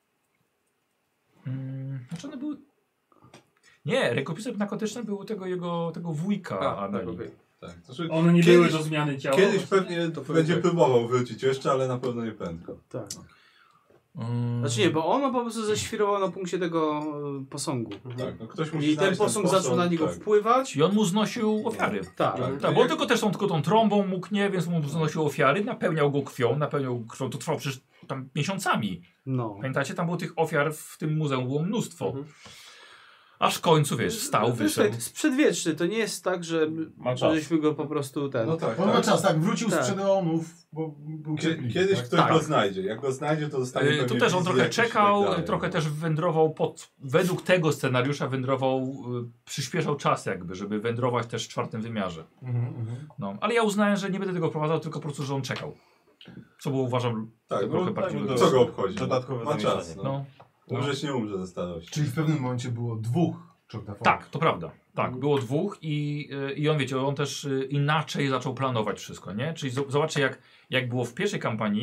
Mm, znaczy one były... Nie, rękopisy narkotyczne były tego jego, tego wujka A, tak, Aneli. okej. Tak, to znaczy, One nie Kiedyś- były do zmiany ciała. kiedyś właśnie. pewnie To będzie pewnie. próbował wrócić jeszcze, ale na pewno nie prędko. Tak. Mm. Znaczy nie, bo on ma po prostu ześwirował na punkcie tego e, posągu. Tak, no ktoś musi I ten znaleźć posąg sposób, zaczął na niego tak. wpływać. I on mu znosił ofiary. Tak. Tak. Tak, bo on tylko też tą, tylko tą trąbą mógł nie, więc mu znosił ofiary, napełniał go krwią, napełniał go krwią, to trwało przecież tam miesiącami. No. Pamiętacie, tam było tych ofiar w tym muzeum było mnóstwo. Mhm. Aż w końcu, wiesz, wstał, Wiesz, wyszedł. to jest przedwieczny, to nie jest tak, że Ma że czas. żeśmy go po prostu ten... No tak, On ma tak. czas, tak, wrócił Tak. z przedeonów, bo był Kie- cierpliwy. Kiedyś tak? ktoś Tak. go znajdzie. Jak go znajdzie, to dostanie Y, pewnie Tu też on wizję trochę jakieś i tak czekał, dalej. trochę też wędrował pod, według tego scenariusza wędrował, y, przyspieszał czas jakby, żeby wędrować też w czwartym wymiarze. Mhm, mhm. No, ale ja uznałem, że nie będę tego wprowadzał, tylko po prostu, że on czekał. Co było uważam Tak, trochę no, bardziej tak, logiczne. co go obchodzi? Dodatkowe Ma czas. zamieszanie. No. No, no. Umrzeć nie umrze ze starości. Czyli w pewnym momencie było dwóch Czognafonów. Tak, to prawda. Tak, było dwóch i, y, i on, wiecie, on też y, inaczej zaczął planować wszystko, nie? Czyli zo- zobaczcie, jak, jak było w pierwszej kampanii,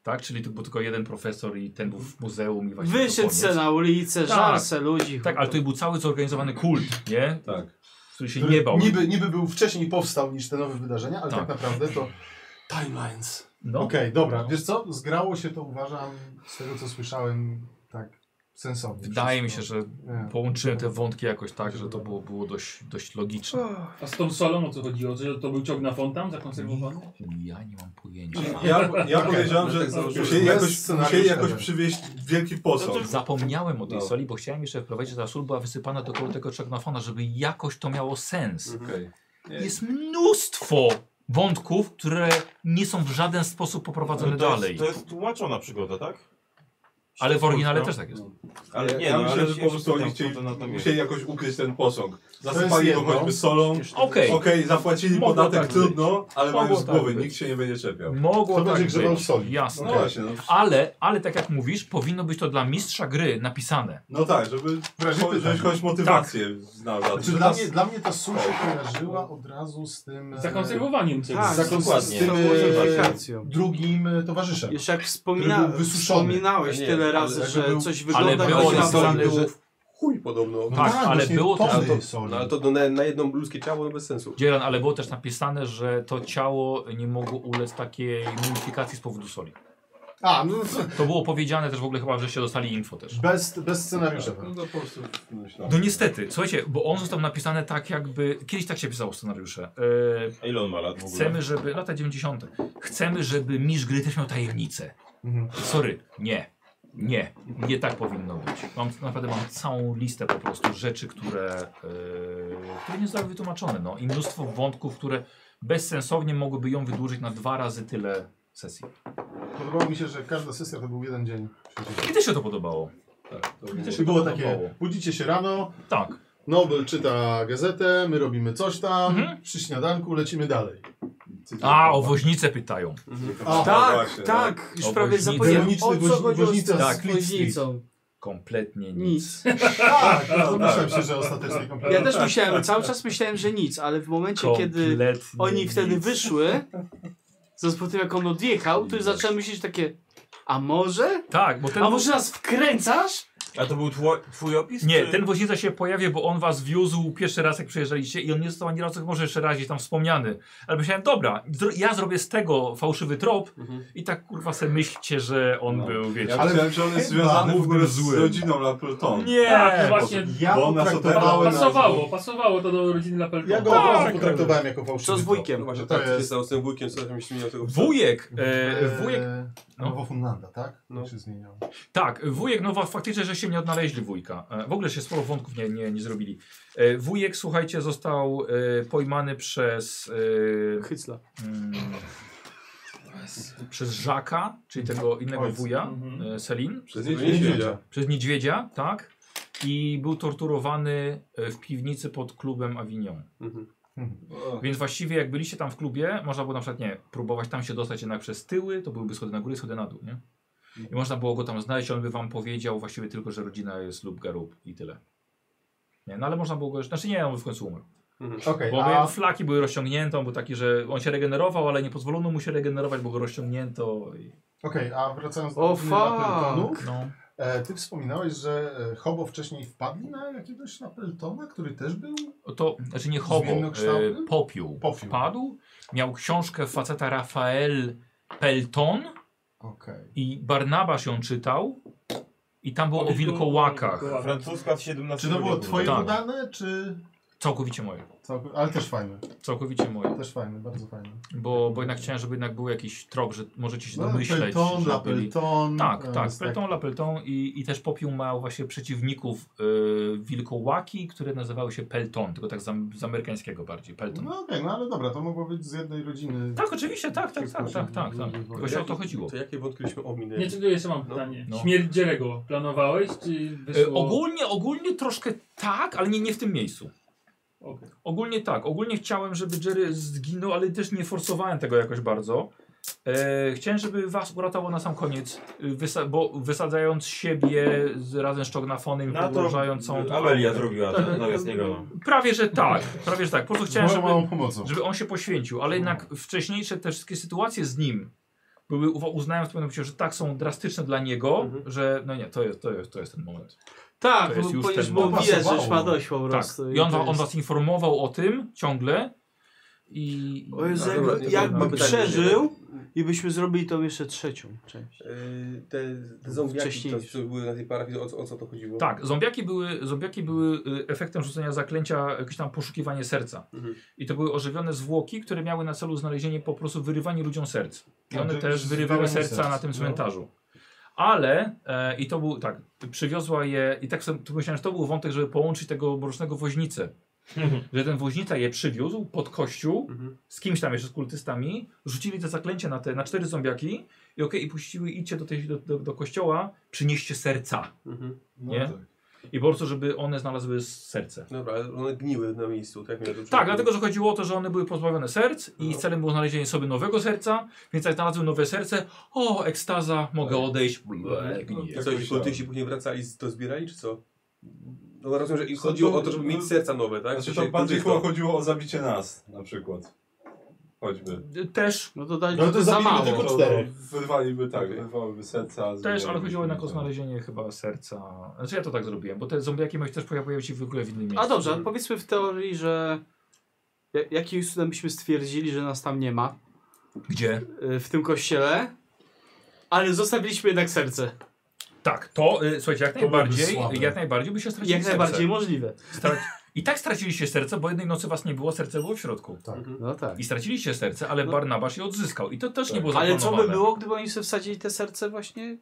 Tak, czyli tu był tylko jeden profesor i ten był w muzeum i właśnie to Wyszedł koniec. se na ulicę, Tak. żar se ludzi. Tak, ale tutaj był cały zorganizowany kult, nie? Tak. Który się Który nie bał. Niby, niby był wcześniej powstał niż te nowe wydarzenia, ale Tak. tak, naprawdę to timelines. No. Okej, dobra. Wiesz co? Zgrało się to, uważam, z tego co słyszałem, tak sensownie. Wydaje mi się, Wszystko. że Nie. połączyłem te wątki jakoś tak, że to było, było dość, dość logiczne. A z tą solą o co chodziło? Że to był ciąg na fontan zakonserwowany? Ja nie mam pojęcia. Ja, ja podejrzewam, że tak założyłem. musieli Bez jakoś, scenariusza musieli jakoś też. przywieźć wielki posąg. Zapomniałem o tej No. soli, bo chciałem jeszcze wprowadzić, że ta sól była wysypana dookoła tego czegnafona, żeby jakoś to miało sens. Okej. Nie. Jest mnóstwo wątków, które nie są w żaden sposób poprowadzone to dalej. Jest, to jest tłumaczona przygoda, tak? Ale w oryginale No. też tak jest. Ale Ja- nie, ja no, myślę, ale że po prostu oni tam, chcieli, co to na to musieli jakoś ukryć ten posąg. Zasypali go jedno. choćby solą. Okej, Okej, zapłacili Mogło podatek, tak trudno, ale Mogło mają z tak głowy, być. nikt się nie będzie czepiał. mogło Kto tak będzie grzebał być. w soli? Jasne. No właśnie, no, Ale, ale tak jak mówisz, powinno być to dla mistrza gry napisane. no tak, żeby W razie cho- żebyś pytań. choć motywację znał za to. Znaczy, dla, mnie, dla mnie ta sól się kojarzyła od razu z tym... e, Zakonserwowaniem czegoś. Tak, z, z dokładnie. tym Konserwacją. e, drugim e, towarzyszem. Jeszcze jak wspomina, Który był wysuszony. wspominałeś Nie, tyle ale razy, jakby że był- coś ale wygląda było jak na napisane, soli. że- Chuj podobno. No Tak, ale właśnie było to- tony to- soli. No ale to na, na jedno ludzkie ciało no bez sensu. Dzieran, ale było też napisane, że to ciało nie mogło ulec takiej mumifikacji z powodu soli. A, no to To było powiedziane też w ogóle chyba, żeście dostali info też. bez, bez scenariusza. No to po prostu myślałem. No niestety, słuchajcie, bo on został napisany tak jakby, kiedyś tak się pisało scenariusze. A ile on ma lat w ogóle? Chcemy, żeby, lata dziewięćdziesiąte. Chcemy, żeby mistrz gry też miał tajemnicę. Mhm. Sorry, nie. Nie, nie tak powinno być. Mam, naprawdę mam całą listę po prostu rzeczy, które, yy, które nie zostały wytłumaczone. No. I mnóstwo wątków, które bezsensownie mogłyby ją wydłużyć na dwa razy tyle sesji. Podobało mi się, że każda sesja to był jeden dzień. I też się to podobało. Tak, to I też I się było to takie, podobało. budzicie się rano, Tak. Nobel czyta gazetę, my robimy coś tam, Mhm. przy śniadanku lecimy dalej. A, o woźnicę pytają. A, Tak, właśnie, tak, już O prawie woźnicy. zapomniałem. Demoniczny O co woź- chodziło z woźnica tą z Fleet Street. woźnicą? Kompletnie nic. Nic. Tak, no, No, domyślam tak. się, że ostatecznie kompletnie. Ja też myślałem, cały czas myślałem, że nic, ale w momencie, kiedy Kompletnie oni wtedy nic. wyszły, zaraz po tym jak on odjechał, to już zacząłem myśleć takie, a może? Tak, bo ten... A może nas wkręcasz? A to był twój, twój opis? Nie, czy... ten woźnica się pojawił, bo on was wiózł pierwszy raz, jak przyjeżdżaliście i on nie został ani razu, może jeszcze raz gdzieś tam wspomniany. Ale myślałem, dobra, zro- ja zrobię z tego fałszywy trop i tak kurwa se myślcie, że on No. był, wiecie. Ja Ale myślałem, że on jest chyba związany w głównym ogóle z złym. rodziną Lapleton. Nie! Tak, no właśnie. Ja Bo nas potraktowałem, oderwały Pasowało, pasowało to do rodziny Lapeltona. ja go Tak, od razu tak. potraktowałem jako fałszywy. Co z trop. wujkiem? No właśnie, Że to tak, jest- jest z tym wujkiem, co tam się zmieniał tego psa. Wujek, e, Eee, wujek, no. Nowo Funlanda, tak? No. No. się zmieniał. tak, wujek, no wa- faktycznie, że się nie odnaleźli wujka. E, w ogóle się sporo wątków nie, nie, nie zrobili. E, wujek, słuchajcie, został e, pojmany przez... E, Hycla. mm, przez Żaka, czyli tego innego Ojca. wuja, Mhm. e, Selin. Przez Niedźwiedzia. Przez niedźwiedzia, tak? I był torturowany e, w piwnicy pod klubem Avignon. Mhm. Więc właściwie jak byliście tam w klubie, można było na przykład, nie, próbować tam się dostać jednak przez tyły, to byłyby schody na górę, schody na dół, nie? I można było go tam znaleźć, on by wam powiedział właściwie tylko, że rodzina jest lub garub i tyle. Nie, no ale można było go, znaczy nie, on w końcu umarł. Okej, Bo a flaki były rozciągnięte, on był taki, że on się regenerował, ale nie pozwolono mu się regenerować, bo go rozciągnięto. I, okej, a wracając do O, rodziny fuck. Napeltonów, no. e, ty wspominałeś, że e, Hobo wcześniej wpadli na jakiegoś Napeltona, który też był? To, znaczy nie hobo, Zmiennokształtny? e, popiół. Popiół. Wpadł, miał książkę faceta Rafael Pelton Okej. i Barnabasz ją czytał i tam było o wilkołakach. Francuska z Czy siedemnastego to było wieku. twoje Tak. podane, czy... Całkowicie moje. Całk... Ale też fajne, Całkowicie moje. też fajne, bardzo fajne. Bo, bo jednak chciałem, żeby jednak był jakiś trop, że możecie się No, domyśleć. Pelton, że La byli... Pelton. Tak, e, tak, z Pelton, La Pelton i, i też Popiół miał właśnie przeciwników y, wilkołaki, które nazywały się Pelton, tylko tak z, am- z amerykańskiego bardziej, Pelton. No okej, no ale dobra, to mogło być z jednej rodziny. Tak, oczywiście, tak, tak, tak, tak, tak, tak. Właśnie o to chodziło. To jakie wątki byśmy ominęli? Nie, czego jeszcze mam pytanie. No. Śmierć Jerego planowałeś, czy Y, wyszło... ogólnie, ogólnie troszkę tak, ale nie, nie w tym miejscu. Okej. Ogólnie tak, ogólnie chciałem, żeby Jerry zginął, ale też nie forsowałem tego jakoś bardzo. E, chciałem, żeby was uratował na sam koniec, y, wysa bo wysadzając siebie z, razem z Czognafonem i Na to podłożając całą tą- Amelia zrobiła Tak, to zamiast niego. Prawie, że tak, prawie, że tak. Po prostu Z chciałem, moją żeby, małą pomocą. żeby on się poświęcił, ale jednak wcześniejsze te wszystkie sytuacje z nim były, uwa- uznałem w pewnym momencie, że tak są drastyczne dla niego, Mhm. że no nie, to jest, to jest, to jest ten moment. Tak, To jest bo już ponieważ ten było moment. widać, że już Pasowało. ma dość po Tak. prostu. I on, to wa- on jest- was informował o tym ciągle i... O Jezu, A, dobra, jakby, nie, jakby mam pytanie, przeżył i byśmy zrobili tą jeszcze trzecią część. Yy, te, te zombiaki, to, Wcześniejszy. co były na tej parafii, o, co- o co to chodziło? Tak, zombiaki były, zombiaki były y, efektem rzucenia zaklęcia, jakieś tam poszukiwanie serca. Mhm. I to były ożywione zwłoki, które miały na celu znalezienie po prostu wyrywanie ludziom serc. I A, one czyli też wyrywały zbieranie serca serc, na tym no. cmentarzu. Ale, e, i to był, tak, przywiozła je, i tak sobie tu myślałem, że to był wątek, żeby połączyć tego mrocznego woźnicę. Że ten woźnica je przywiózł pod kościół, Mhm. z kimś tam jeszcze, z kultystami, rzucili te zaklęcie na te, na cztery zombiaki i okej, i puściły, idźcie do, tej, do, do, do kościoła, przynieście serca. Mhm. No Nie? tak. I po prostu, żeby one znalazły serce. Dobra, ale one gniły na miejscu, tak? Miałem to Tak, dlatego, że chodziło o to, że one były pozbawione serc i No. celem było znalezienie sobie nowego serca, więc jak znalazły nowe serce, o, ekstaza, mogę odejść, ble, gnije. Co, ci kultyści później wracali, to zbierali, czy co? No rozumiem, że ich chodziło o to, żeby mieć serca nowe, tak? Znaczy Czy to się bardziej kultysto- chyba chodziło o zabicie nas, na przykład. Choćby. Też, No to dali No to to za zabijmy mało. tylko To cztery. Wyrwaliby, tak, Okej. wyrwałyby serca. też, zmienialiby ale chodziło jednak o to. znalezienie chyba serca. Znaczy ja to tak zrobiłem, bo te zombiaki może też pojawiają się w ogóle w innym miejscu. A dobrze, powiedzmy w teorii, że ja- jakimś cudem byśmy stwierdzili, że nas tam nie ma Gdzie? y, w tym kościele, ale zostawiliśmy jednak serce. Tak, to y, słuchajcie, jak byłoby najbardziej, słabe. jak najbardziej by się stracili Jak serce. najbardziej możliwe. Strac... I tak straciliście serce, bo jednej nocy was nie było, serce było w środku. Tak. No tak. I straciliście serce, ale No. Barnabasz je odzyskał. I to też nie Tak. było Ale zaplanowane. co by było, gdyby oni sobie wsadzili te serce właśnie?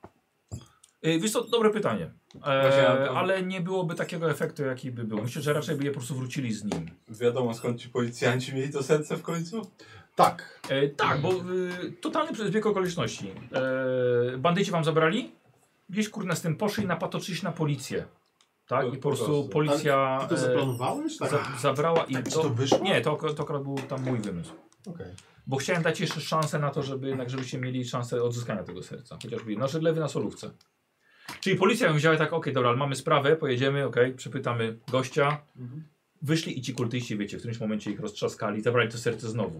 Y, Wiesz co, dobre pytanie. E, Właśnie, a- ale nie byłoby takiego efektu, jaki by był. Myślę, że raczej by je po prostu wrócili z nim. Wiadomo skąd ci policjanci mieli to serce w końcu? Tak. E, tak, bo y, totalny przez zbieg okoliczności. E, bandyci wam zabrali? Gdzieś kurna z tym poszli napatoczyć na policję. Tak? Po- I po po prostu prostu. policja Ty to e, zaplanowałeś? Tak. za, zabrała i Tak ci to wyszło? Nie, to, to akurat był tam mój wymysł. Okej. Bo chciałem dać jeszcze szansę na to, żeby jednak żebyście mieli szansę odzyskania tego serca. Chociażby na lewy na solówce. Czyli policja ją wzięła tak, okej, dobra, ale mamy sprawę, pojedziemy, okej, przepytamy gościa. Wyszli i ci kultyści, wiecie, w którymś momencie ich roztrzaskali, zabrali to serce znowu.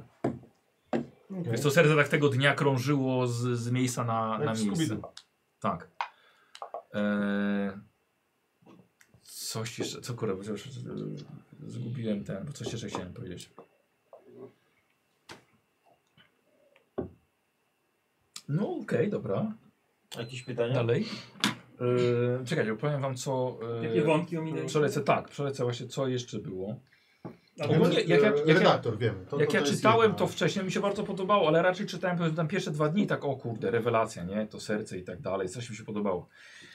Okay. Więc to serce tak tego dnia krążyło z, z miejsca na, na Jak w miejsce. Scooby-Doo. Tak. Eee, coś jeszcze, co kurwa, bo już e, zgubiłem ten, bo coś jeszcze chciałem powiedzieć. No okej, dobra. Jakieś pytania? Dalej. Eee, czekajcie, powiem wam co... eee, Jakie wątki ominęliśmy? Przelecę, tak, przelecę właśnie co jeszcze było. A Ogólnie, wiemy, jak ja- jak ja- Redaktor, wiemy. To, Jak to, ja to jest czytałem jedna. to wcześniej, mi się bardzo podobało, ale raczej czytałem powiedzmy, tam pierwsze dwa dni i tak, o kurde, rewelacja, nie? To serce i tak dalej, coś mi się podobało.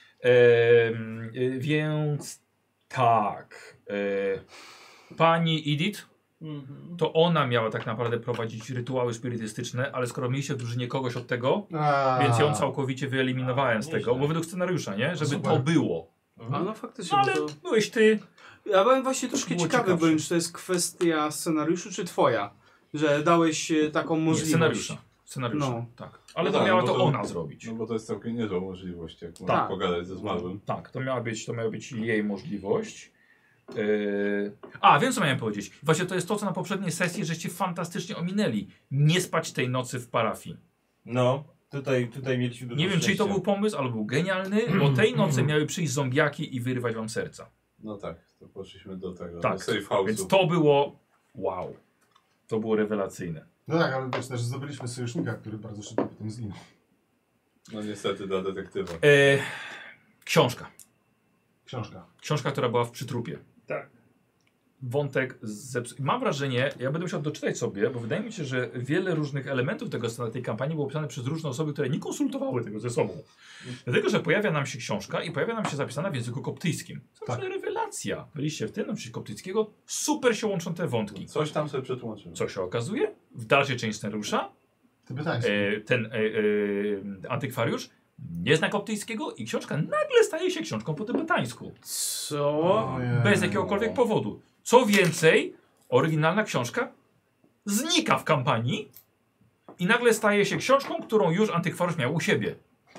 Em, y, więc tak. E, pani Edith, Mhm. to ona miała tak naprawdę prowadzić rytuały spirytystyczne, ale skoro mieliście w drużynie kogoś od tego, A, więc ją całkowicie wyeliminowałem A, z nieźle. tego, bo według scenariusza, nie? Żeby Super. to było. A no faktycznie, No bo ale to... byłeś ty. Ja byłem właśnie troszkę było ciekawy, ciekawsze. byłem, czy to jest kwestia scenariuszu, czy twoja? Że dałeś e, taką Nie, możliwość. scenariusza. Scenariusza, No. tak. Ale No to tak, miała no to bo to- ona zrobić. No bo to jest całkiem niezła możliwość, jak Tak. można pogadać ze zmarłym. Tak, to miała być, to miała być jej możliwość. Yy... A, wiem co miałem powiedzieć. Właśnie to jest to, co na poprzedniej sesji żeście fantastycznie ominęli. Nie spać tej nocy w parafii. No, tutaj, tutaj mieliśmy dużo Nie wiem, czy to szczęścia. był pomysł, ale był genialny, bo tej nocy miały przyjść zombiaki i wyrwać wam serca. No tak, to poszliśmy do tego, Tak, do safe house'u. Więc to było wow. To było rewelacyjne. No tak, ale wiesz, też zdobyliśmy sojusznika, który bardzo szybko potem zginął. No niestety dla detektywa. Yy... Książka. Książka. Książka, która była w przytrupie. Tak. Wątek zepsu... Mam wrażenie, ja będę musiał doczytać sobie, bo wydaje mi się, że wiele różnych elementów tego, tej kampanii było pisane przez różne osoby, które nie konsultowały tego ze sobą. Dlatego, że pojawia nam się książka i pojawia nam się zapisana w języku koptyjskim. To Tak. jest rewelacja. Byliście w tym, nauczyć koptyckiego, super się łączą te wątki. Coś tam sobie przetłumaczyłem. Co się okazuje? W dalszej części scenariusza Tybetański. e, ten e, e, antykwariusz nie zna koptyjskiego i książka nagle staje się książką po tybetańsku. Co? Ojej. Bez jakiegokolwiek powodu. Co więcej, oryginalna książka znika w kampanii i nagle staje się książką, którą już antykwariusz miał u siebie.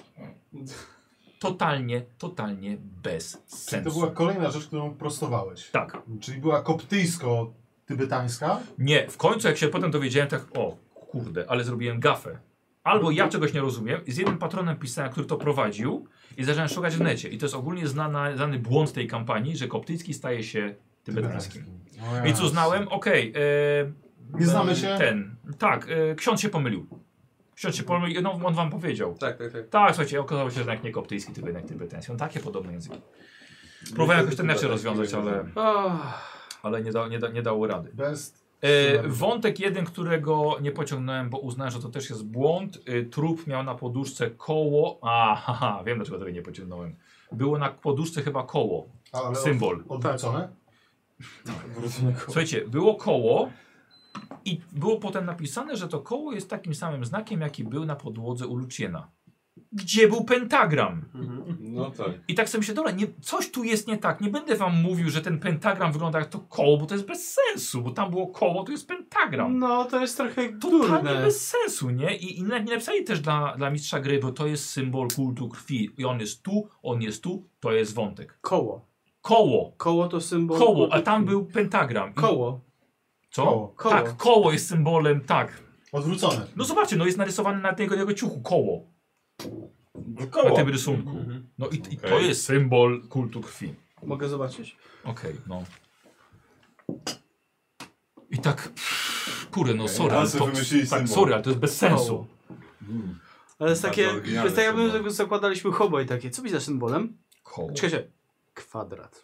Totalnie, totalnie bez Czyli to sensu. była kolejna rzecz, którą prostowałeś. Tak. Czyli była koptyjsko-tybetańska. Nie, w końcu jak się potem dowiedziałem, tak o kurde, ale zrobiłem gafę. albo ja czegoś nie rozumiem i z jednym patronem pisałem, który to prowadził i zacząłem szukać w necie. I to jest ogólnie znana, znany błąd tej kampanii, że koptyjski staje się tybetańskim. O Więc Jezu. uznałem, okej, e, Nie znamy się? Ten, tak, e, ksiądz się pomylił. Ksiądz się pomylił, no on wam powiedział. Tak, tak, tak. Tak, słuchajcie, okazało się, że jednak nie koptyjski, tylko jednak tybetański. On takie podobne języki. Próbowałem jakoś to inaczej rozwiązać, ale, Oh. ale nie, da, nie, da, nie dało rady. Bez... E, wątek jeden, którego nie pociągnąłem, bo uznałem, że to też jest błąd. E, trup miał na poduszce koło. Aha, wiem dlaczego tego nie pociągnąłem. Było na poduszce chyba koło. A, ale Symbol. Od, odwrócone? Słuchajcie, było koło i było potem napisane, że to koło jest takim samym znakiem, jaki był na podłodze u Luciena. Gdzie był pentagram? No tak. I tak sobie myślę, dobra, nie, coś tu jest nie tak. Nie będę wam mówił, że ten pentagram wygląda jak to koło, bo to jest bez sensu, bo tam było koło, to jest pentagram. No, to jest trochę Totalnie durne. bez sensu, nie? I, i nie napisali też dla, dla mistrza gry, bo to jest symbol kultu krwi. I on jest tu, on jest tu, to jest wątek. Koło. Koło. Koło to symbol... Koło, a tam był pentagram. I, Koło. co? Koło. Koło. Tak, koło jest symbolem, tak. Odwrócone. No zobaczcie, no jest narysowane na tego jego ciuchu koło. Na Koło. tym rysunku. No i, i to Okej. jest symbol kultu krwi. Mogę zobaczyć? Okej, no. I tak, kurde, no sorry, ale ale sobie to, wymyślili tak, symbol. sorry, ale to jest bez sensu. Koło. Ale jest Bardzo takie... To oryginalny jest tak jakby symbol. zakładaliśmy hobo i takie. Co być za symbolem? Koło. Czekajcie. Kwadrat.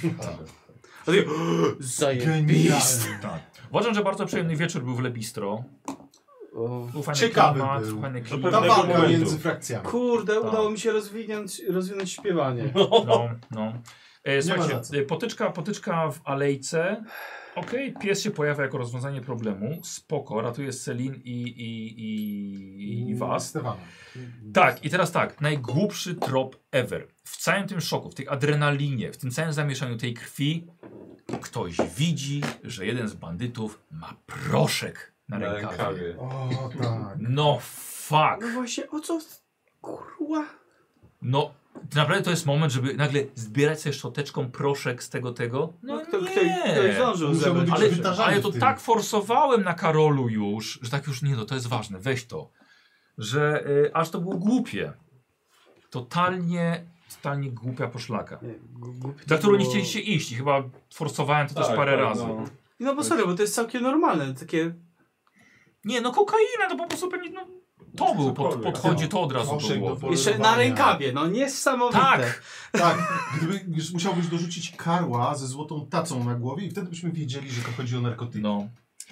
A takie... Zajebiste. Genialne. Tak. Uważam, że bardzo przyjemny wieczór był w Lebistro. O. Był fajny Ciekawy klimat, był. fajny Do klimat. Ta pewnego walka momentu. między frakcjami. Kurde, Tak. udało mi się rozwinąć, rozwinąć śpiewanie. No, no. E, ma słuchajcie, za co. e, potyczka, potyczka w alejce. Okej, pies się pojawia jako rozwiązanie problemu. Spoko, ratuje Selin i, i, i, i was. Stefana. Tak, i teraz tak, najgłupszy trop ever. W całym tym szoku, w tej adrenalinie, w tym całym zamieszaniu tej krwi, ktoś widzi, że jeden z bandytów ma proszek na Na rękawie. rękawie. O, tak. No fuck. No właśnie, o co... Kurwa. No, naprawdę to jest moment, żeby nagle zbierać sobie szczoteczką proszek z tego, tego. No, No, kto, nie. kto, ktoś zdążył Musiałby zebrać. być Ale, wytarzany ale w to tym. tak forsowałem na Karolu już, że tak już nie, no to jest ważne, weź to. Że y, aż to było głupie. Totalnie, totalnie głupia poszlaka. Nie, gu- głupie Za to którą nie było- chcieliście iść i chyba forsowałem to też Tak, parę tak, razy. no. No bo sorry, bo to jest całkiem normalne. Takie... Nie, no kokaina, to po prostu pewnie, no, to był, pod, Cokolwiek. podchodzi to od razu do Proszek do głowy. polu- Jeszcze na Polowania. rękawie, no niesamowite. Tak, Tak, gdyby już musiałbyś dorzucić karła ze złotą tacą na głowie i wtedy byśmy wiedzieli, że to chodzi o narkotyki. no.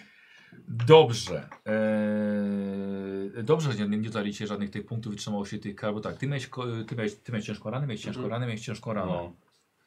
Dobrze. Eee, dobrze, że nie, nie daliście żadnych tych punktów wytrzymałości tych kar, bo tak, ty miałeś, ko- ty miałeś, ty miałeś ciężko rany, miałeś ciężko rany, miałeś ciężko rany. No.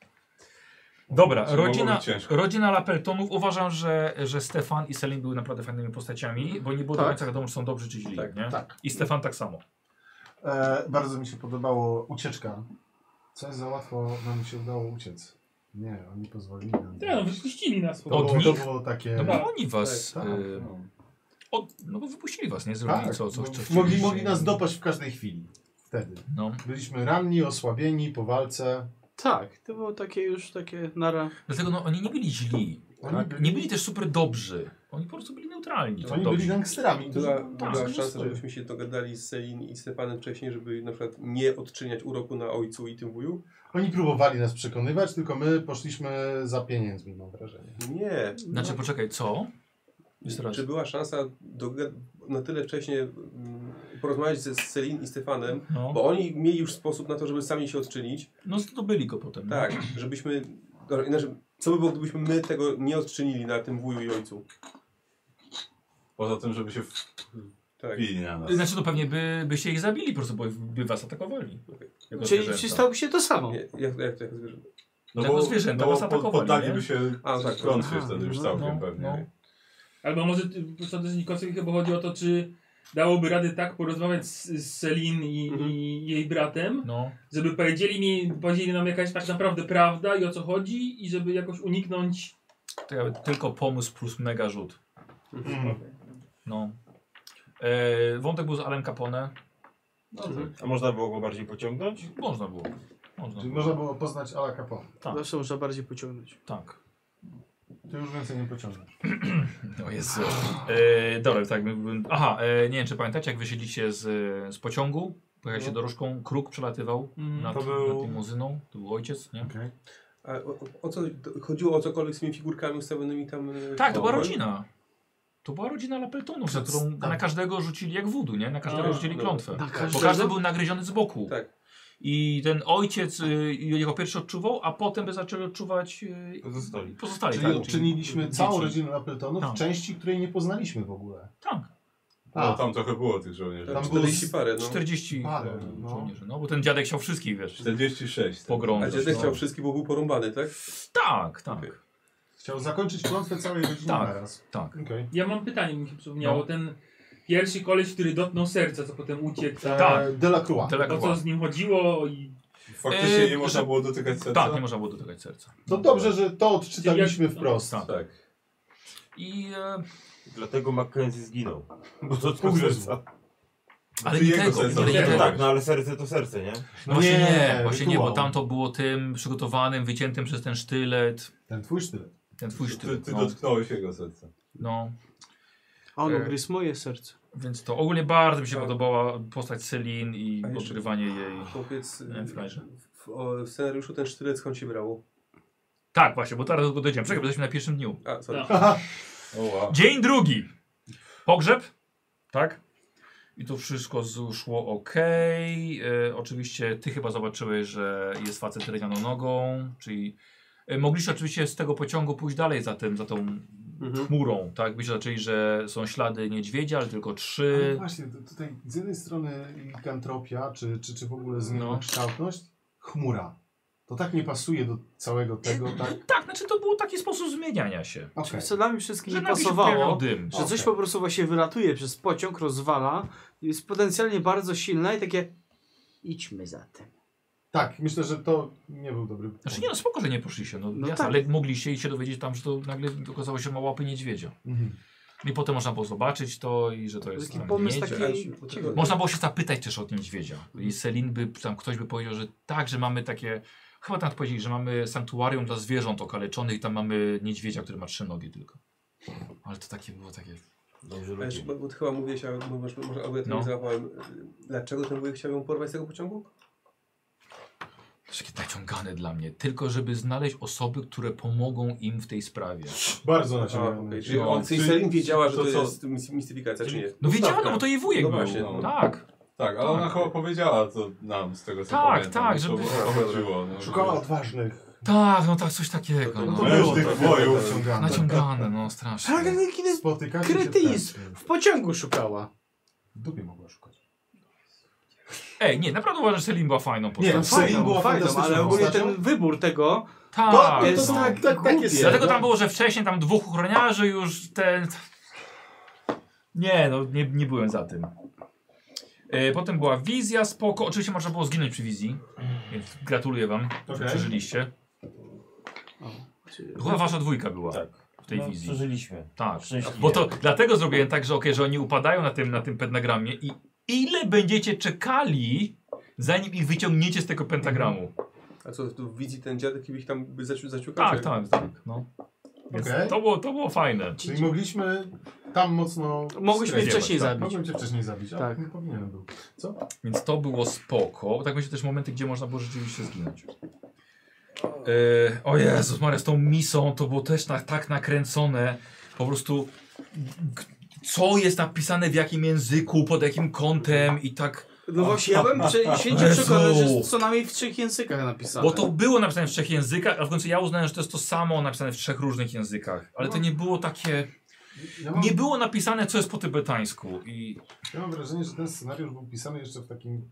Dobra, Mogło rodzina, być ciężko. rodzina Lapeltonów. Uważam, że, że Stefan i Selin były naprawdę fajnymi postaciami, bo nie było do Tak. końca wiadomo, czy są dobrzy czy źli, Tak, nie? tak. I Stefan tak samo. E, bardzo mi się podobało ucieczka. Coś za łatwo nam się udało uciec. Nie, oni pozwolili nam. Tak, no wypuścili nas. To, Od było, nich? to było takie... No Tak. bo oni was... Tak, y, no. od, no bo wypuścili was, nie? Zrobili Tak, co, co, bo co mogli, chcieliście. mogli nas dopaść w każdej chwili. Wtedy. No. Byliśmy ranni, osłabieni po walce. Tak, to było takie już takie nara. Dlatego no, oni nie byli źli. Oni Tak? byli- Nie byli też super dobrzy. Oni po prostu byli neutralni. Oni dobrzy. byli gangsterami. Była, Tak, była no szansa, swoje. żebyśmy się dogadali z Selin i Stefanem wcześniej, żeby na przykład nie odczyniać uroku na ojcu i tym wuju? Oni próbowali nas przekonywać, tylko my poszliśmy za pieniędzmi, mam wrażenie. Nie. Znaczy, poczekaj, co? Jeszcze raz. Czy była szansa doga- na tyle wcześnie mm, porozmawiać ze z Selin i Stefanem, No, bo oni mieli już sposób na to, żeby sami się odczynić. no zdobyli go potem. no. Tak, żebyśmy... Dobra, inaczej, co by było, gdybyśmy my tego nie odczynili na tym wuju i ojcu? Poza tym, żeby się Tak. wbili na nas. Znaczy, no pewnie by, byście ich zabili, po prostu, bo by was atakowali. Jako Czyli, zwierzęta. czyli stałoby się to samo. Nie, jak, jak to jak zwierzę? No Jako bo, zwierzęta no was bo atakowali, poddaliby nie? się A, tak. klątwie Aha, wtedy już no, całkiem no, pewnie. no. Albo może ty- po prostu to jest Nikosek, chyba chodzi o to, czy dałoby radę tak porozmawiać z, z Selin i, Mhm. i jej bratem, No. żeby powiedzieli mi, powiedzieli nam jakaś tak naprawdę prawda i o co chodzi i żeby jakoś uniknąć... To ja tylko pomysł plus mega rzut. Mm. No. E, wątek był z Alem Capone. No, tak. A można było go bardziej pociągnąć? Można było. Można Czyli było. można było poznać Ala Capone. Tak. Zawsze można bardziej pociągnąć. Tak. To Ty już więcej nie pociągniesz. O Jezu. E, dobra, tak. my- Aha, e, nie wiem czy pamiętacie, jak wysiedliście z, z pociągu, pojechaliście dorożką, kruk przelatywał Mm. nad, To był- nad limuzyną. To był ojciec, nie? Okej. A o, o, o co chodziło o cokolwiek z tymi figurkami ustawionymi tam? e, Tak, to była obok? rodzina. To była rodzina Lapeltonów, na To- którą tak. na każdego rzucili jak wudu, nie? Na każdego A, rzucili no. klątwę. Na Bo każdego? każdy był nagryziony z boku. Tak. I ten ojciec y, jego pierwszy odczuwał, a potem by zaczęli odczuwać y, Pozostali. pozostali. Czyli tak? odczyniliśmy dzieci. całą rodzinę Appletonów Tak. w części, której nie poznaliśmy w ogóle. Tak, No tam trochę było tych żołnierzy. Tam Tam czterdzieści było parę, no. czterdzieści parę, e, no. żołnierzy. No bo ten dziadek chciał wszystkich, wiesz, czterdzieści sześć. A pogrążyć. dziadek no. chciał wszystkich, bo był porąbany, tak? Tak, tak, Okej. Chciał zakończyć klątwę całej rodziny Tak. naraz. tak. Okej. Ja mam pytanie, mi się przypomniało. No. Ten pierwszy koleś, który dotknął serca, co potem uciekł. E, Tak. Delacroix. O co Delacroix. z nim chodziło i... Faktycznie E, nie można że- było dotykać serca? Tak, nie można było dotykać serca. To dobrze, że to odczytaliśmy Czyli jak- wprost. Tak. Tak. I, e, Dlatego Mackenzie zginął. Bo to tylko Ugryzł. serca. ale Ty nie jego tego, serca ale nie zabrałeś. tego. Tak, no ale serce to serce, nie? No właśnie nie, Nie, właśnie nie, bo rytuał. tam to było tym przygotowanym, wyciętym przez ten sztylet, Ten twój sztylet. ten twój Ty, sztylet. ty No, dotknąłeś jego serca. no. A on E, ugryzł moje serce. Więc to ogólnie bardzo mi się Tak. podobała postać Celine i A jeszcze- odgrywanie jej. Chłopiec Nie, frajerze. w, w, o, w scenariuszu ten sztylet skąd się brało? Tak, właśnie, bo teraz do tego dojdziemy. Czekaj, bo jesteśmy na pierwszym dniu. A, sorry. Tak. O wow. Dzień drugi. Pogrzeb, tak? I to wszystko z- szło ok. E, oczywiście ty chyba zobaczyłeś, że jest facet drewnianą nogą, czyli e, mogliście oczywiście z tego pociągu pójść dalej za tym, za tą Mhm. chmurą, tak? Byście zaczęli, że są ślady niedźwiedzia, ale tylko Ale trzy. właśnie, to tutaj z jednej strony likantropia, czy, czy, czy w ogóle No. zmiennokształtność, chmura. To tak nie pasuje do całego tego, tak? Tak, znaczy to był taki sposób zmieniania się. Okej. Co dla mnie wszystkim Że nie nagle się pojawiał pasowało, dym. że coś Okej. po prostu właśnie wylatuje przez pociąg, rozwala, jest potencjalnie bardzo silne i takie idźmy za tym. Tak, myślę, że to nie był dobry Znaczy nie no, spoko, że nie poszliście, no, No jasne, tak. ale mogliście i się dowiedzieć tam, że to nagle okazało się ma łapy niedźwiedzia. Mhm. I potem można było zobaczyć to i że to jest Taki tam pomysł niedźwiedź. taki Ale- dziwny. Można było się zapytać też o niedźwiedzia. I Selin by, tam ktoś by powiedział, że tak, że mamy takie, chyba tam powiedzieli, że mamy sanktuarium dla zwierząt okaleczonych i tam mamy niedźwiedzia, który ma trzy nogi tylko. Ale to takie było takie... Dobrze A jeszcze, ludzie. bo, bo ty chyba mówiłeś, a może, może albo ja to No. nie załapałem. y, Dlaczego ten wujek chciał ją porwać z tego pociągu? To jest takie naciągane dla mnie. Tylko żeby znaleźć osoby, które pomogą im w tej sprawie. Bardzo A, naciągany. okay. Czyli No, on, czyli czyli- Selin wiedziała, że to to, co? jest mis- mistyfikacja, czy nie? No wiedziałem, Ustawka. no bo to jej wujek No był. właśnie, no. Tak. Tak, ale ona chyba powiedziała to nam z tego co Tak, pamiętam. tak, to żeby- o to chodziło. No, Szukała odważnych. Tak, no tak, coś takiego. No No. to Męż tych wojów. naciągane. Naciągane, no strasznie. Tak, jaki Spotykacie się kretyzm. wtedy. W pociągu szukała. W dupie mogła szukać. Ej, nie, naprawdę uważam, że Selin była fajną Nie, postacią. Selin była fajną, fantastyczną ale ogólnie postacią. ten wybór tego Tak, To jest no. tak, tak, tak jest. Dlatego tam było, że wcześniej tam dwóch ochroniarzy już ten... Nie, no nie, nie byłem za tym. E, potem była wizja, spoko. Oczywiście można było zginąć przy wizji, więc gratuluję wam, że Okej. przeżyliście. O, To chyba wasza dwójka była Tak. w tej No, wizji. przeżyliśmy. Tak, Szczęśliwie. bo to dlatego zrobiłem tak, że okej, że oni upadają na tym, na tym pentagramie i ile będziecie czekali, zanim ich wyciągniecie z tego pentagramu. A co, tu w wizji ten dziadek ich tam by zaciu, zaciukał? Tak, czy- tak, tak. No. Więc Okej. to, było, to było fajne. Czyli mogliśmy tam mocno... Mogłeś mnie skręcić. wcześniej tak. zabić. Mogłem cię wcześniej zabić, ale Tak. nie powinienem był. Co? Więc to było spoko. Tak będzie też momenty, gdzie można było rzeczywiście zginąć. E, o Jezus Maria, z tą misą to było też na, tak nakręcone. Po prostu g- co jest napisane w jakim języku, pod jakim kątem i tak. No właśnie, ja bym prze- święcie Jezu. przekonany, że jest co najmniej w trzech językach napisane. Bo to było napisane w trzech językach, a w końcu ja uznałem, że to jest to samo napisane w trzech różnych językach. Ale to nie było takie. Ja mam, Nie było napisane, co jest po tybetańsku. I ja mam wrażenie, że ten scenariusz był pisany jeszcze w takim...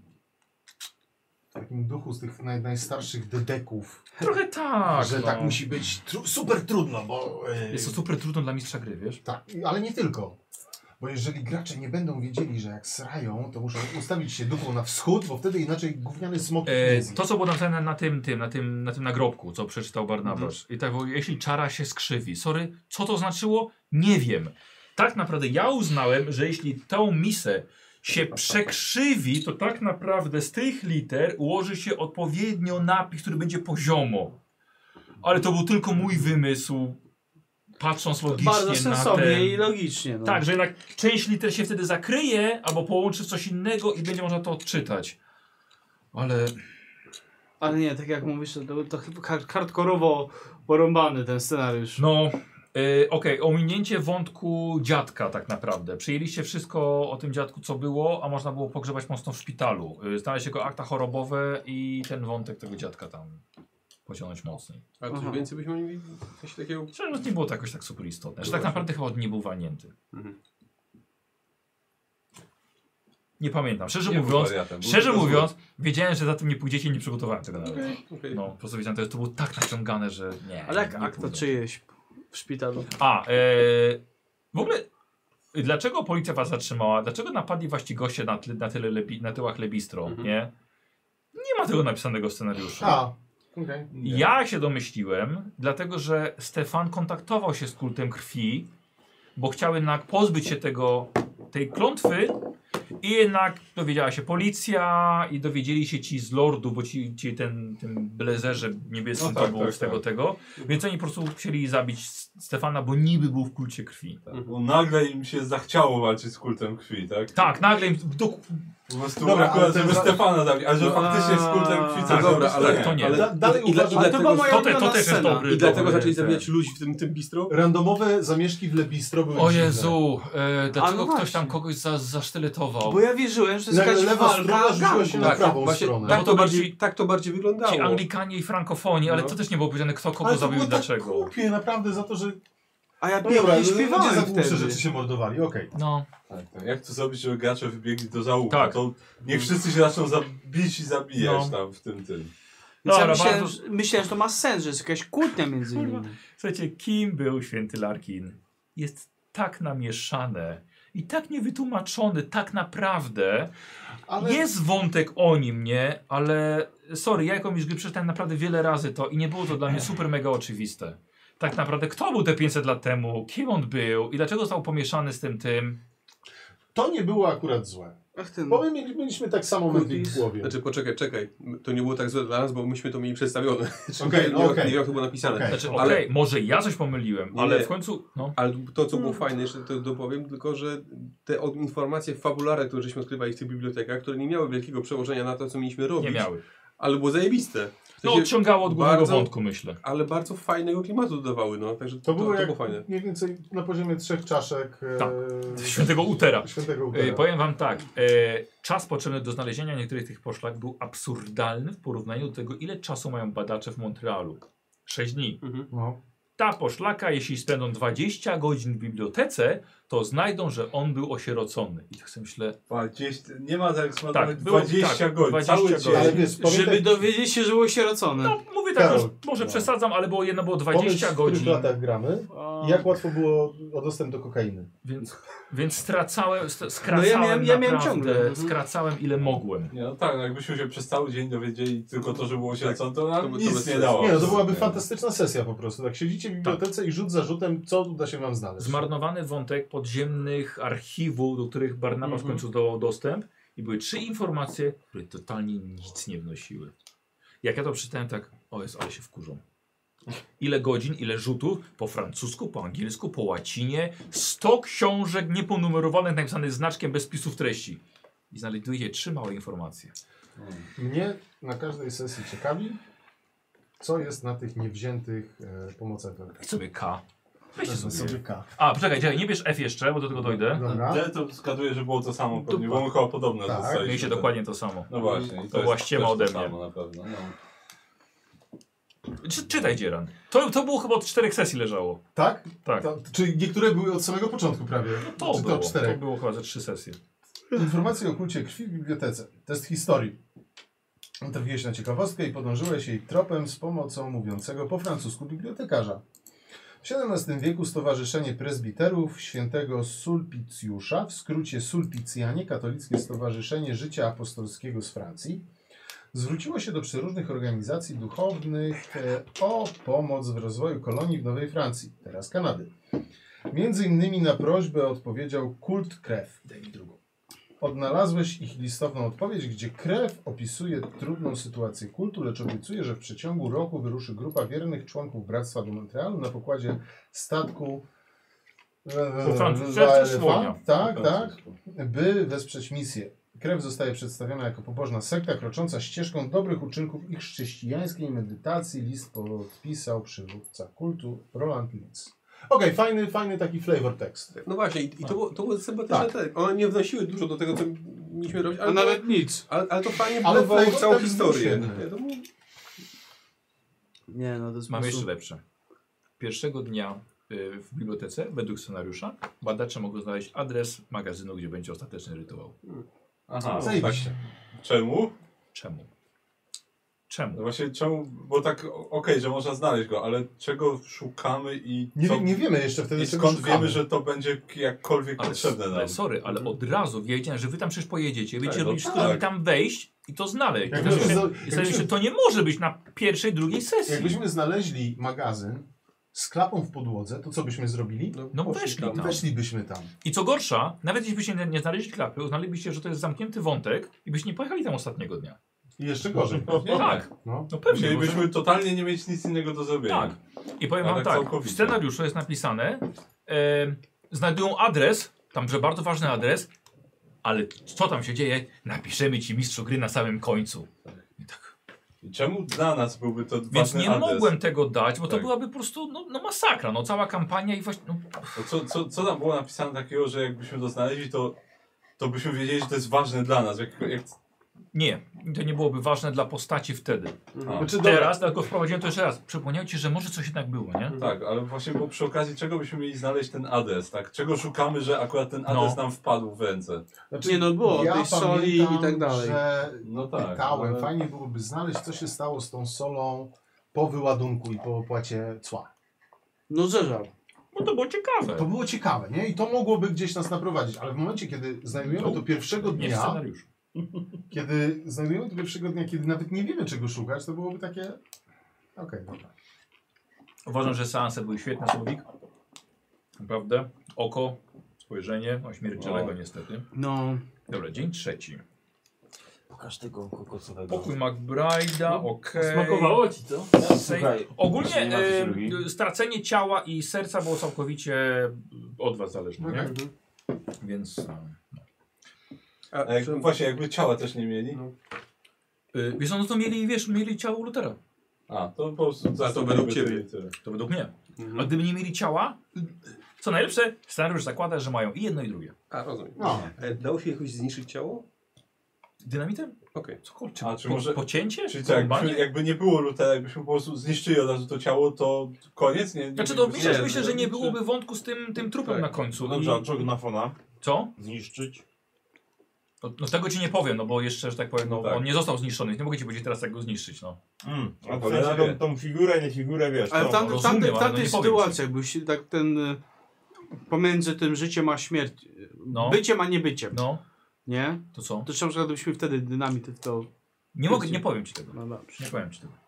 W takim duchu z tych naj, najstarszych dedeków. trochę tak. że no. tak musi być tru, super trudno, bo... e, Jest to super trudno dla mistrza gry, wiesz? Tak, ale nie tylko. Bo jeżeli gracze nie będą wiedzieli, że jak srają, to muszą ustawić się dupą na wschód, bo wtedy inaczej gówniany smok ich nie E, zje. to, co było napisane na tym, tym, na tym, na tym nagrobku, co przeczytał Barnabasz. Mhm. I tak, bo jeśli czara się skrzywi. Sorry, co to znaczyło? Nie wiem. Tak naprawdę ja uznałem, że jeśli tą misę się przekrzywi, to tak naprawdę z tych liter ułoży się odpowiednio napis, który będzie poziomo. Ale to był tylko mój wymysł. patrząc logicznie Bardzo na sensownie ten... i logicznie. No. Tak, że jednak część liter się wtedy zakryje, albo połączy w coś innego i będzie można to odczytać. Ale... Ale nie, tak jak mówisz, to, to chyba hard- hardkorowo porąbany ten scenariusz. No, yy, okej, ominięcie wątku dziadka tak naprawdę. Przyjęliście wszystko o tym dziadku, co było, a można było pogrzebać mocno w szpitalu. Yy, znaleźć jego akta chorobowe i ten wątek tego dziadka tam pociągnąć mocniej. A coś Aha. więcej byśmy mieli? Coś takiego? Szczerze mówiąc, nie było to jakoś tak super istotne. Że tak naprawdę chyba nie był walnięty. Mhm. Nie pamiętam. Szczerze Nie był mówiąc, wariatem, był szczerze tylko mówiąc, wiedziałem, że za tym nie pójdziecie i nie przygotowałem tego nawet. Okej, okej. No, po prostu wiedziałem, to, jest, to było tak naciągane, że nie. Ale jak nie akta pójdę. czyjeś w szpitalu? A, e, w ogóle dlaczego policja was zatrzymała? Dlaczego napadli właśnie goście na, tle, na, tyle lebi, na tyłach Lebistro, Mhm. nie? Nie ma tego napisanego w scenariuszu. A, okej. Ja się domyśliłem, dlatego że Stefan kontaktował się z kultem krwi, bo chciał jednak pozbyć się tego, tej klątwy i jednak dowiedziała się policja i dowiedzieli się ci z lordu, bo ci, ci ten, tym blezerze niebieskim No to tak, było tak, z tego tak. tego, więc oni po prostu chcieli zabić Stefana, bo niby był w kulcie krwi. Tak, bo nagle im się zachciało walczyć z kultem krwi, tak? Tak, nagle im do, Po prostu Dobra, akurat, ale ten żeby za- Stefana zabić, a że No, faktycznie z kultem krwi a- coś No dobra, zrobić, ale- nie. to nie. ale- Da, dalej i dla- uważam, i Ale to była moja to, te, to ulubiona też jest scena. dobry. I dlatego dobry, zaczęli ten- zabijać ludzi w tym, tym bistro? randomowe zamieszki w Lebistro były O dziwne. Jezu, e, dlaczego no ktoś właśnie. tam kogoś za, zasztyletował? Bo ja wierzyłem, że to jest Nagle jakaś lewa walka strona rzuciła się na gangu. prawą właśnie, stronę. tak, No to to bardziej, bardziej- tak to bardziej wyglądało. Ci Anglikanie i frankofonii, ale No. to też nie było powiedziane kto kogo Ale to zabił było i tak dlaczego. głupie naprawdę za to, że... A ja No dobra, pięknie ludzie śpiewałem za głupsze wtedy. rzeczy się mordowali, okej. No, Tak, tak. Jak to zrobić, żeby gracze wybiegli do załuku? Tak. To niech wszyscy się zaczną zabić i zabijać No. tam w tym tym. Więc ja Dobra, myślałem, bardzo- że, myślałem, że to ma sens, że jest jakaś kłótnia między nimi. słuchajcie, kim był święty Larkin? Jest tak namieszane i tak niewytłumaczony tak naprawdę. Ale Jest wątek o nim, nie? Ale sorry, ja jako gry przeczytałem naprawdę wiele razy to i nie było to dla mnie super mega oczywiste. Tak naprawdę kto był te pięćset lat temu, kim on był i dlaczego został pomieszany z tym tym. to nie było akurat złe. Ach, ten... Bo my mieli- mieliśmy tak samo mętlik w głowie. Znaczy poczekaj, czekaj. To nie było tak złe dla nas, bo myśmy to mieli przedstawione. Okej, nie, no nie, okej. nie wiem, jak to było napisane. Okej. Znaczy, Ale- okej, może ja coś pomyliłem, Nie, ale nie. w końcu, no. Ale to, co było fajne, jeszcze to dopowiem, tylko że te od- informacje fabularne, które żeśmy odkrywali w tych bibliotekach, które nie miały wielkiego przełożenia na to, co mieliśmy robić, Nie miały. ale było zajebiste. W No sensie odciągało od głównego bardzo- wątku, myślę. Ale bardzo fajnego klimatu dodawały, no. Także to, To to, było to jak było fajne. mniej więcej na poziomie trzech czaszek Tak. e, Świętego Utera. Świętego E, Utera. powiem wam tak, e, czas potrzebny do znalezienia niektórych tych poszlak był absurdalny w porównaniu do tego, ile czasu mają badacze w Montrealu. sześć dni. Mhm. No. Ta poszlaka, jeśli spędzą dwadzieścia godzin w bibliotece, to znajdą, że on był osierocony. I tak sobie myślę, dwadzieścia, nie ma tak Tak, zmarnować było- dwadzieścia tak, godzin, dwadzieścia cały godzin. dzień. Ale wiesz, Żeby pamiętaj, dowiedzieć się, że był sierocony. no mówię tak, Karol, już, może no. przesadzam, ale było jedno było pomyśl, dwadzieścia w których godzin. latach gramy A... i jak łatwo było o dostęp do kokainy. Więc, więc stracałem, st- No skracałem ja miałem- ja miałem naprawdę, ciągle. Mhm. skracałem ile mogłem. Nie, no tak, no jakbyśmy się przez cały dzień dowiedzieli tylko to, że było sierocone, to nam to by- to nic bez nie sensu. dało. Nie, no to byłaby fantastyczna sesja po prostu. Tak siedzicie w Tak. bibliotece i rzut za rzutem, co uda się wam znaleźć. Zmarnowany wątek podziemnych archiwów, do których Barnaba w końcu zdołał dostęp i były trzy informacje, które totalnie nic nie wnosiły. Jak ja to przeczytałem, tak, o jest, ale się wkurzą. Ile godzin, ile rzutów, po francusku, po angielsku, po łacinie, sto książek nieponumerowanych, napisanych znaczkiem bez spisów treści. I znajdujecie trzy małe informacje. Mnie na każdej sesji ciekawi, co jest na tych niewziętych e, pomocach. Weź sobie K. Weźcie Wezmę sobie. sobie K. A, poczekaj, czekaj, nie bierz F jeszcze, bo do tego dojdę. Dobra. D to wskazuję, że było to samo pewnie, Dupa. bo my chyba podobne Tak. dostaliśmy. Mieliście te- dokładnie to samo. No właśnie. i To jest była ściema też ode to mnie. samo na pewno, no. Czy, czytaj, Dzieran. To, to było chyba od czterech sesji leżało. Tak? Tak. To, czyli niektóre były od samego początku prawie. To Czy było, to to czterech? było chyba ze trzy sesje. Informacje o kulcie krwi w bibliotece. Test historii. Trafiłeś na ciekawostkę i podążyłeś jej tropem z pomocą mówiącego po francusku bibliotekarza. W siedemnastym wieku Stowarzyszenie Prezbiterów Świętego Sulpicjusza, w skrócie Sulpicjanie, katolickie stowarzyszenie życia apostolskiego z Francji, zwróciło się do przeróżnych organizacji duchownych e, o pomoc w rozwoju kolonii w Nowej Francji, teraz Kanady. Między innymi na prośbę odpowiedział kult krew. Daj mi drugą. Odnalazłeś ich listowną odpowiedź, gdzie krew opisuje trudną sytuację kultu, lecz obiecuje, że w przeciągu roku wyruszy grupa wiernych członków Bractwa do Montrealu na pokładzie statku Po francusku, e, czy słonia? tak, Po tak, francusku. by wesprzeć misję. Krew zostaje przedstawiona jako pobożna sekta krocząca ścieżką dobrych uczynków i chrześcijańskiej medytacji. List podpisał przywódca kultu Roland Litz. Okej, okay, fajny, fajny taki flavor tekst. No właśnie, i, i to, było- to było sympatyczne. Tak. One nie wnosiły dużo do tego, co mieliśmy robić, A ale, nawet to, nic. ale, ale to fajnie Ale budowało flavor całą tekst historię. był świetny. Nie, to było... Nie, no to jest Mam po jeszcze prostu- lepsze. Pierwszego dnia y, w bibliotece, według scenariusza, badacze mogą znaleźć adres magazynu, gdzie będzie ostateczny rytuał. Aha, tak. Zajebiście. Czemu? Czemu? No Czemu? właśnie czemu, bo tak o- okej, że można znaleźć go, ale czego szukamy i Nie, co, wie- nie wiemy jeszcze wtedy, i czego skąd szukamy. wiemy, że to będzie jakkolwiek Ale, potrzebne ale nam. sorry, ale od razu wiedziałem, że wy tam przecież pojedziecie, będziecie no robić tak. wszystko, żeby tam wejść i to znaleźć. Jakbyśmy I zna- sobie- I sobie jakbyśmy- myślę, to nie może być na pierwszej, drugiej sesji. Jakbyśmy znaleźli magazyn z klapą w podłodze, to co byśmy zrobili? No poszli weszli tam. tam. Weszlibyśmy tam. I co gorsza, nawet jeśli byście nie, nie znaleźli klapy, uznalibyście, że to jest zamknięty wątek i byście nie pojechali tam ostatniego dnia. I jeszcze gorzej. Nie, Tak, No. no pewnie. Musielibyśmy bo- totalnie nie mieć nic innego do zrobienia. Tak. I powiem Ale wam tak, całkowicie. w scenariuszu jest napisane, e, znajdują adres, tam że bardzo ważny adres, ale co tam się dzieje, napiszemy ci mistrzu gry na samym końcu. I tak. I czemu dla nas byłby to Więc ważny nie adres? mogłem tego dać, bo to Tak. byłaby po prostu no, no masakra, no cała kampania i właśnie... No, No co, co, co tam było napisane takiego, że jakbyśmy to znaleźli, to, to byśmy wiedzieli, że to jest ważne dla nas. Jak, jak... nie, to nie byłoby ważne dla postaci wtedy. A, Znaczy, dobra, Teraz, tylko wprowadziłem to jeszcze raz. Przypomniałem ci, że może coś jednak było, nie? tak, ale właśnie bo przy okazji czego byśmy mieli znaleźć ten adres, tak? Czego szukamy, że akurat ten adres No. nam wpadł w ręce? znaczy, Nie, no było, tej soli i pamiętam, tak dalej. Że No tak, pytałem, ale- fajnie byłoby znaleźć, co się stało z tą solą po wyładunku i po opłacie cła. No zeżar. Bo to było ciekawe. To było ciekawe, nie? I to mogłoby gdzieś nas naprowadzić, ale w momencie, kiedy znajdujemy to pierwszego Nie w dnia, scenariuszu. kiedy znajdujemy to pierwszego dnia, kiedy nawet nie wiemy, czego szukać, to byłoby takie... Okej, dobra. Uważam, że seanse były świetne, Słowik. Naprawdę. Oko, spojrzenie, ośmiercielego O. niestety. No. Dobra, dzień trzeci. Pokaż tego kokosowego. Pokój McBride'a, okej. Smakowało ci to? Sej- Ogólnie nie ma co się e, lubi. stracenie ciała i serca było całkowicie od was zależne, nie? Okej. Więc... e, A, A jak, czy- właśnie, jakby ciała też nie mieli? No. y, Wiesz, no to mieli, wiesz, mieli ciało Lutera. A, to po prostu... A to według by ciebie. tyle i tyle. To według mnie. Mhm. A gdyby nie mieli ciała, co najlepsze, scenariusz zakłada, że mają i jedno i drugie. A, rozumiem. No. E, dało się jakoś zniszczyć ciało? Dynamitem? Okej. Cokolwiek. Czy, A, czy po, może- pocięcie? Czyli co, jakby, Porąbanie? jakby nie było Lutera, jakbyśmy po prostu zniszczyli od razu to ciało, to koniec? Nie, nie Znaczy to nie- myślę, że, nie, myślę, że nie czy- byłoby wątku z tym, tym trupem Tak. na końcu. No dobrze, a I, czego na fona? co? Zniszczyć? No, no tego ci nie powiem, no bo jeszcze, że tak powiem, no, Tak. on nie został zniszczony, nie mogę ci powiedzieć teraz jak go zniszczyć, no. Mm. A w Cholera sensie wie. tą, tą figurę, nie figurę, wiesz. Ale w, to, tamty, w, rozumiem, tamtej, w ale no tamtej nie powiem sytuacji, jakbyś tak ten y, pomiędzy tym życiem a śmiercią, No. byciem a niebyciem, No, nie? to co? To czy na przykład byśmy wtedy dynamit w to... Nie mogę, nie powiem ci tego. No dobrze. Nie powiem ci tego.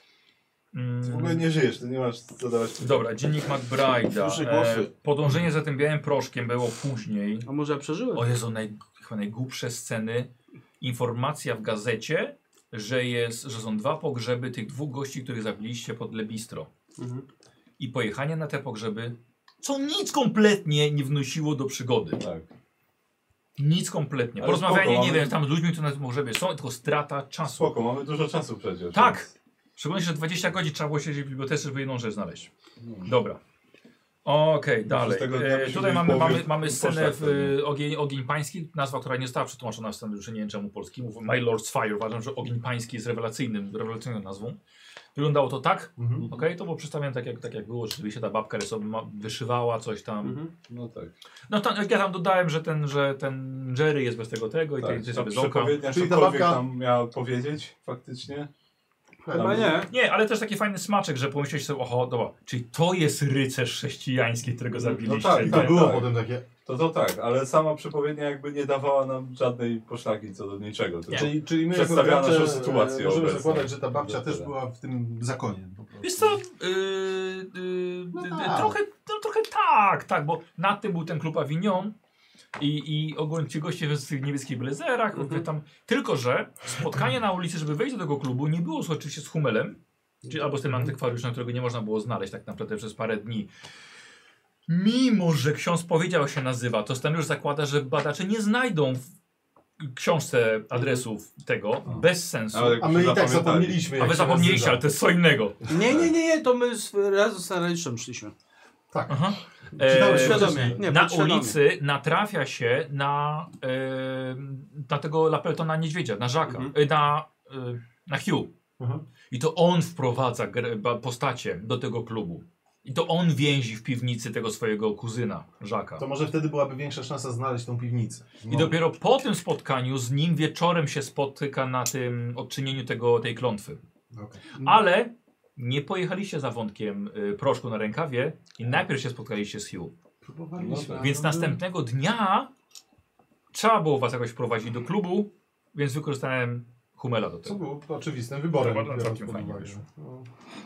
W ogóle Mm, nie żyjesz, ty nie masz co dawać. dobra, dziennik McBride'a. Słyszę E, głosy. podążenie za tym białym proszkiem było później. A może ja przeżyłem? O Jezu, naj, chyba najgłupsze sceny. Informacja w gazecie, że, jest, że są dwa pogrzeby tych dwóch gości, których zabiliście pod Lebistro. Mhm. I pojechanie na te pogrzeby, co nic kompletnie nie wnosiło do przygody. Tak. Nic kompletnie. Ale Porozmawianie, spoko, nie mamy- wiem, tam z ludźmi, którzy na tym pogrzebie są, tylko strata czasu. Spoko, mamy dużo czasu przecież. Tak! więc- Szczególnie, że dwadzieścia godzin trzeba było siedzieć w bibliotece, żeby jedną rzecz znaleźć. No. Dobra. Okej, dalej. szóstego dnia E, musimy tutaj być mamy, w połowie mamy, mamy po scenę w poszlak e, ogień, ogień Pański, nazwa, która nie została przetłumaczona w scenariuszu, nie wiem czemu polskiemu. My Lord's Fire. Uważam, że Ogień Pański jest rewelacyjnym, rewelacyjną nazwą. Wyglądało to tak, Mhm. okej, to było przedstawione tak jak, tak jak było, rzeczywiście ta babka rysowa ma- wyszywała coś tam. Mhm. No tak. No tam, jak ja tam dodałem, że ten, że ten Jerry jest bez tego tego i tak. tej, tej Ta sobie zołka. przepowiednia Czyli ta cokolwiek babka- tam miała powiedzieć faktycznie. Chyba nie. Nie, ale też taki fajny smaczek, że pomyśleć sobie, oho, dobra, czyli to jest rycerz chrześcijański, którego zabiliście. tak, I to tak, było tak. potem takie... To to tak, ale sama przepowiednia jakby nie dawała nam żadnej poszlaki co do niczego. Tylko Czyli, czyli my jako Przedstawiała gracze, naszą sytuację e, możemy obecną. zakładać, że ta babcia To też tyle. była w tym zakonie. Po prostu. Wiesz co, yy, yy, No yy, tak. trochę, no, trochę tak, tak, bo nad tym był ten klub Avignon, I, i ogólnie ci goście w tych niebieskich blazerach, mm-hmm. tam. Tylko że spotkanie na ulicy, żeby wejść do tego klubu, nie było oczywiście z Humelem, czyli albo z tym antykwariuszem, którego nie można było znaleźć tak naprawdę przez parę dni. Mimo że ksiądz powiedział, jak się nazywa, to stan już zakłada, że badacze nie znajdą w książce adresów tego, bez sensu. Ale A my i tak zapamiętali. zapomnieliśmy. A jak wy się zapomnieliście, nazywa. ale to jest co innego. Nie, nie, nie, nie, to my z, razem z scenariuszem szliśmy. Tak. Aha. Czytałeś E, Świadomie. Nie, na podświadomie. ulicy natrafia się na, e, na tego Lapeltona niedźwiedzia, na Żaka, Mhm. e, na, e, na Hugh. Mhm. I to on wprowadza grę- ba- postacie do tego klubu. I to on więzi w piwnicy tego swojego kuzyna, Żaka. To może wtedy byłaby większa szansa znaleźć tą piwnicę. No. I dopiero po tym spotkaniu z nim wieczorem się spotyka na tym odczynieniu tego, tej klątwy. Okej. Ale nie pojechaliście za wątkiem y, proszku na rękawie i najpierw się spotkaliście z Hugh. Próbowaliśmy. ale Więc on następnego dnia trzeba było was jakoś wprowadzić do klubu, więc wykorzystałem Humela do był- Co tego. było oczywistym wyborem. Dobra, biorąc całkiem pod fajnie uwagę. wyszło. No.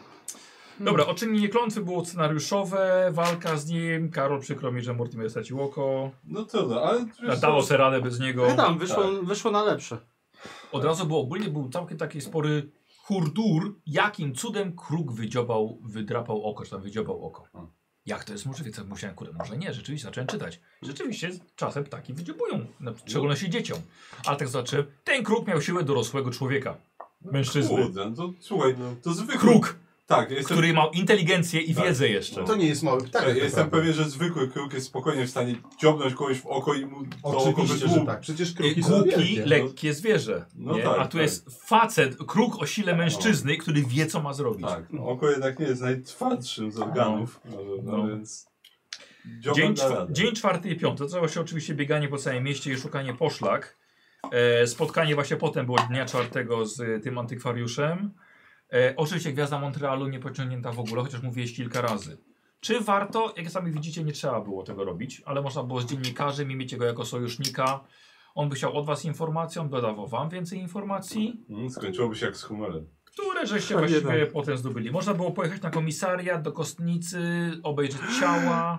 Dobra, odczynienie klątwy było scenariuszowe, walka z nim, Karol, przykro mi, że Mortimer stracił oko, No trudno, ale wiesz dało co, sobie radę bez niego. No tam, wyszło, Tak. wyszło na lepsze. Od razu było, ogólnie był całkiem taki spory hurdur, jakim cudem kruk wydziobał, wydrapał oko, czy tam wydziobał oko. Jak to jest możliwe? Co musiałem, kurde, może nie, rzeczywiście zacząłem czytać. Rzeczywiście czasem ptaki wydziobują, na- w szczególności dzieciom. Ale tak zobaczyłem, ten kruk miał siłę dorosłego człowieka, mężczyzny. kurde, no to słuchaj, to zwykły... Kruk, Tak, ja jestem, który miał inteligencję i Tak. wiedzę jeszcze. To nie jest mały ptak. ja tak jestem naprawdę. pewien, że zwykły kruk jest spokojnie w stanie dziobnąć kogoś w oko i mu to oko Oczywiście, że wydłubić. tak. Przecież Y, kruki są Głupi, wielkie. lekkie zwierzę. No nie? tak, A tu tak. jest facet, kruk o sile mężczyzny, który wie, co ma zrobić. Tak, no, oko jednak nie jest najtwardszym z organów, no, no, No. więc... dziobem Dzień, da czwa- radę. dzień czwarty i piąty. To zaczęło się oczywiście bieganie po całym mieście i szukanie poszlak. E, spotkanie właśnie potem było dnia czwartego z y, tym antykwariuszem. E, oczywiście Gwiazda Montrealu nie pociągnięta w ogóle, chociaż mówiłeś kilka razy. Czy warto? Jak sami widzicie, nie trzeba było tego robić, ale można było z dziennikarzem i mieć go jako sojusznika. On by chciał od was informację, on by dawał wam więcej informacji, Mm, skończyłoby się jak z Humelem. które żeście Pewnie właściwie tak. potem zdobyli. Można było pojechać na komisariat do Kostnicy, obejrzeć ciała.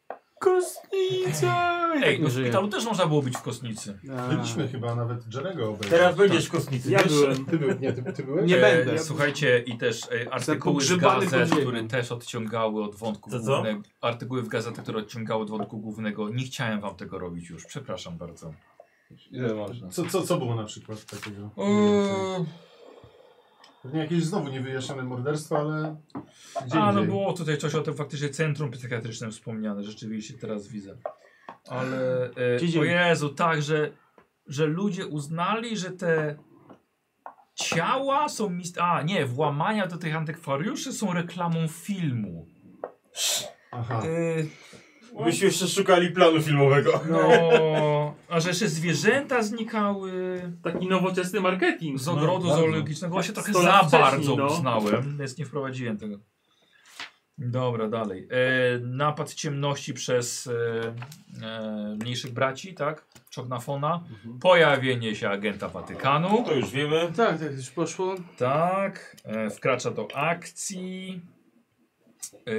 Kostnica! Ej, no w żyje. szpitalu też można było być w Kostnicy. Byliśmy chyba nawet Jerego obejrzeć. Teraz będziesz w kosmicy. Ja wiesz? byłem. Ty, był, nie, ty, ty byłeś? Nie E, będę. Słuchajcie, i też e, artykuły z pogrzebany pod gazet, ziemią. które też odciągały od wątku To co? głównego. Artykuły w gazetach, które odciągały od wątku głównego. Nie chciałem wam tego robić już, przepraszam bardzo. Ile można? Co, co, co było na przykład takiego? Eee, Pewnie jakieś znowu niewyjaśnione morderstwo, ale gdzie A, no indziej. było tutaj coś o tym faktycznie centrum psychiatrycznym wspomniane, rzeczywiście teraz widzę. Ale, e, Gdzie o indziej? Jezu, tak, że, że ludzie uznali, że te ciała są... Mist- A, nie, włamania do tych antykwariuszy są reklamą filmu. Aha. E, Myśmy jeszcze szukali planu filmowego. No, a że jeszcze zwierzęta znikały Taki nowoczesny marketing. z no. ogrodu bardzo. zoologicznego. Właśnie trochę sto za lat wcześniej, bardzo no. uznałem, więc nie wprowadziłem tego. Dobra, dalej. E, napad ciemności przez e, e, mniejszych braci, tak? Czognafona. Pojawienie się agenta Watykanu. To już wiemy. Tak, tak, już poszło. Tak. E, wkracza do akcji. E,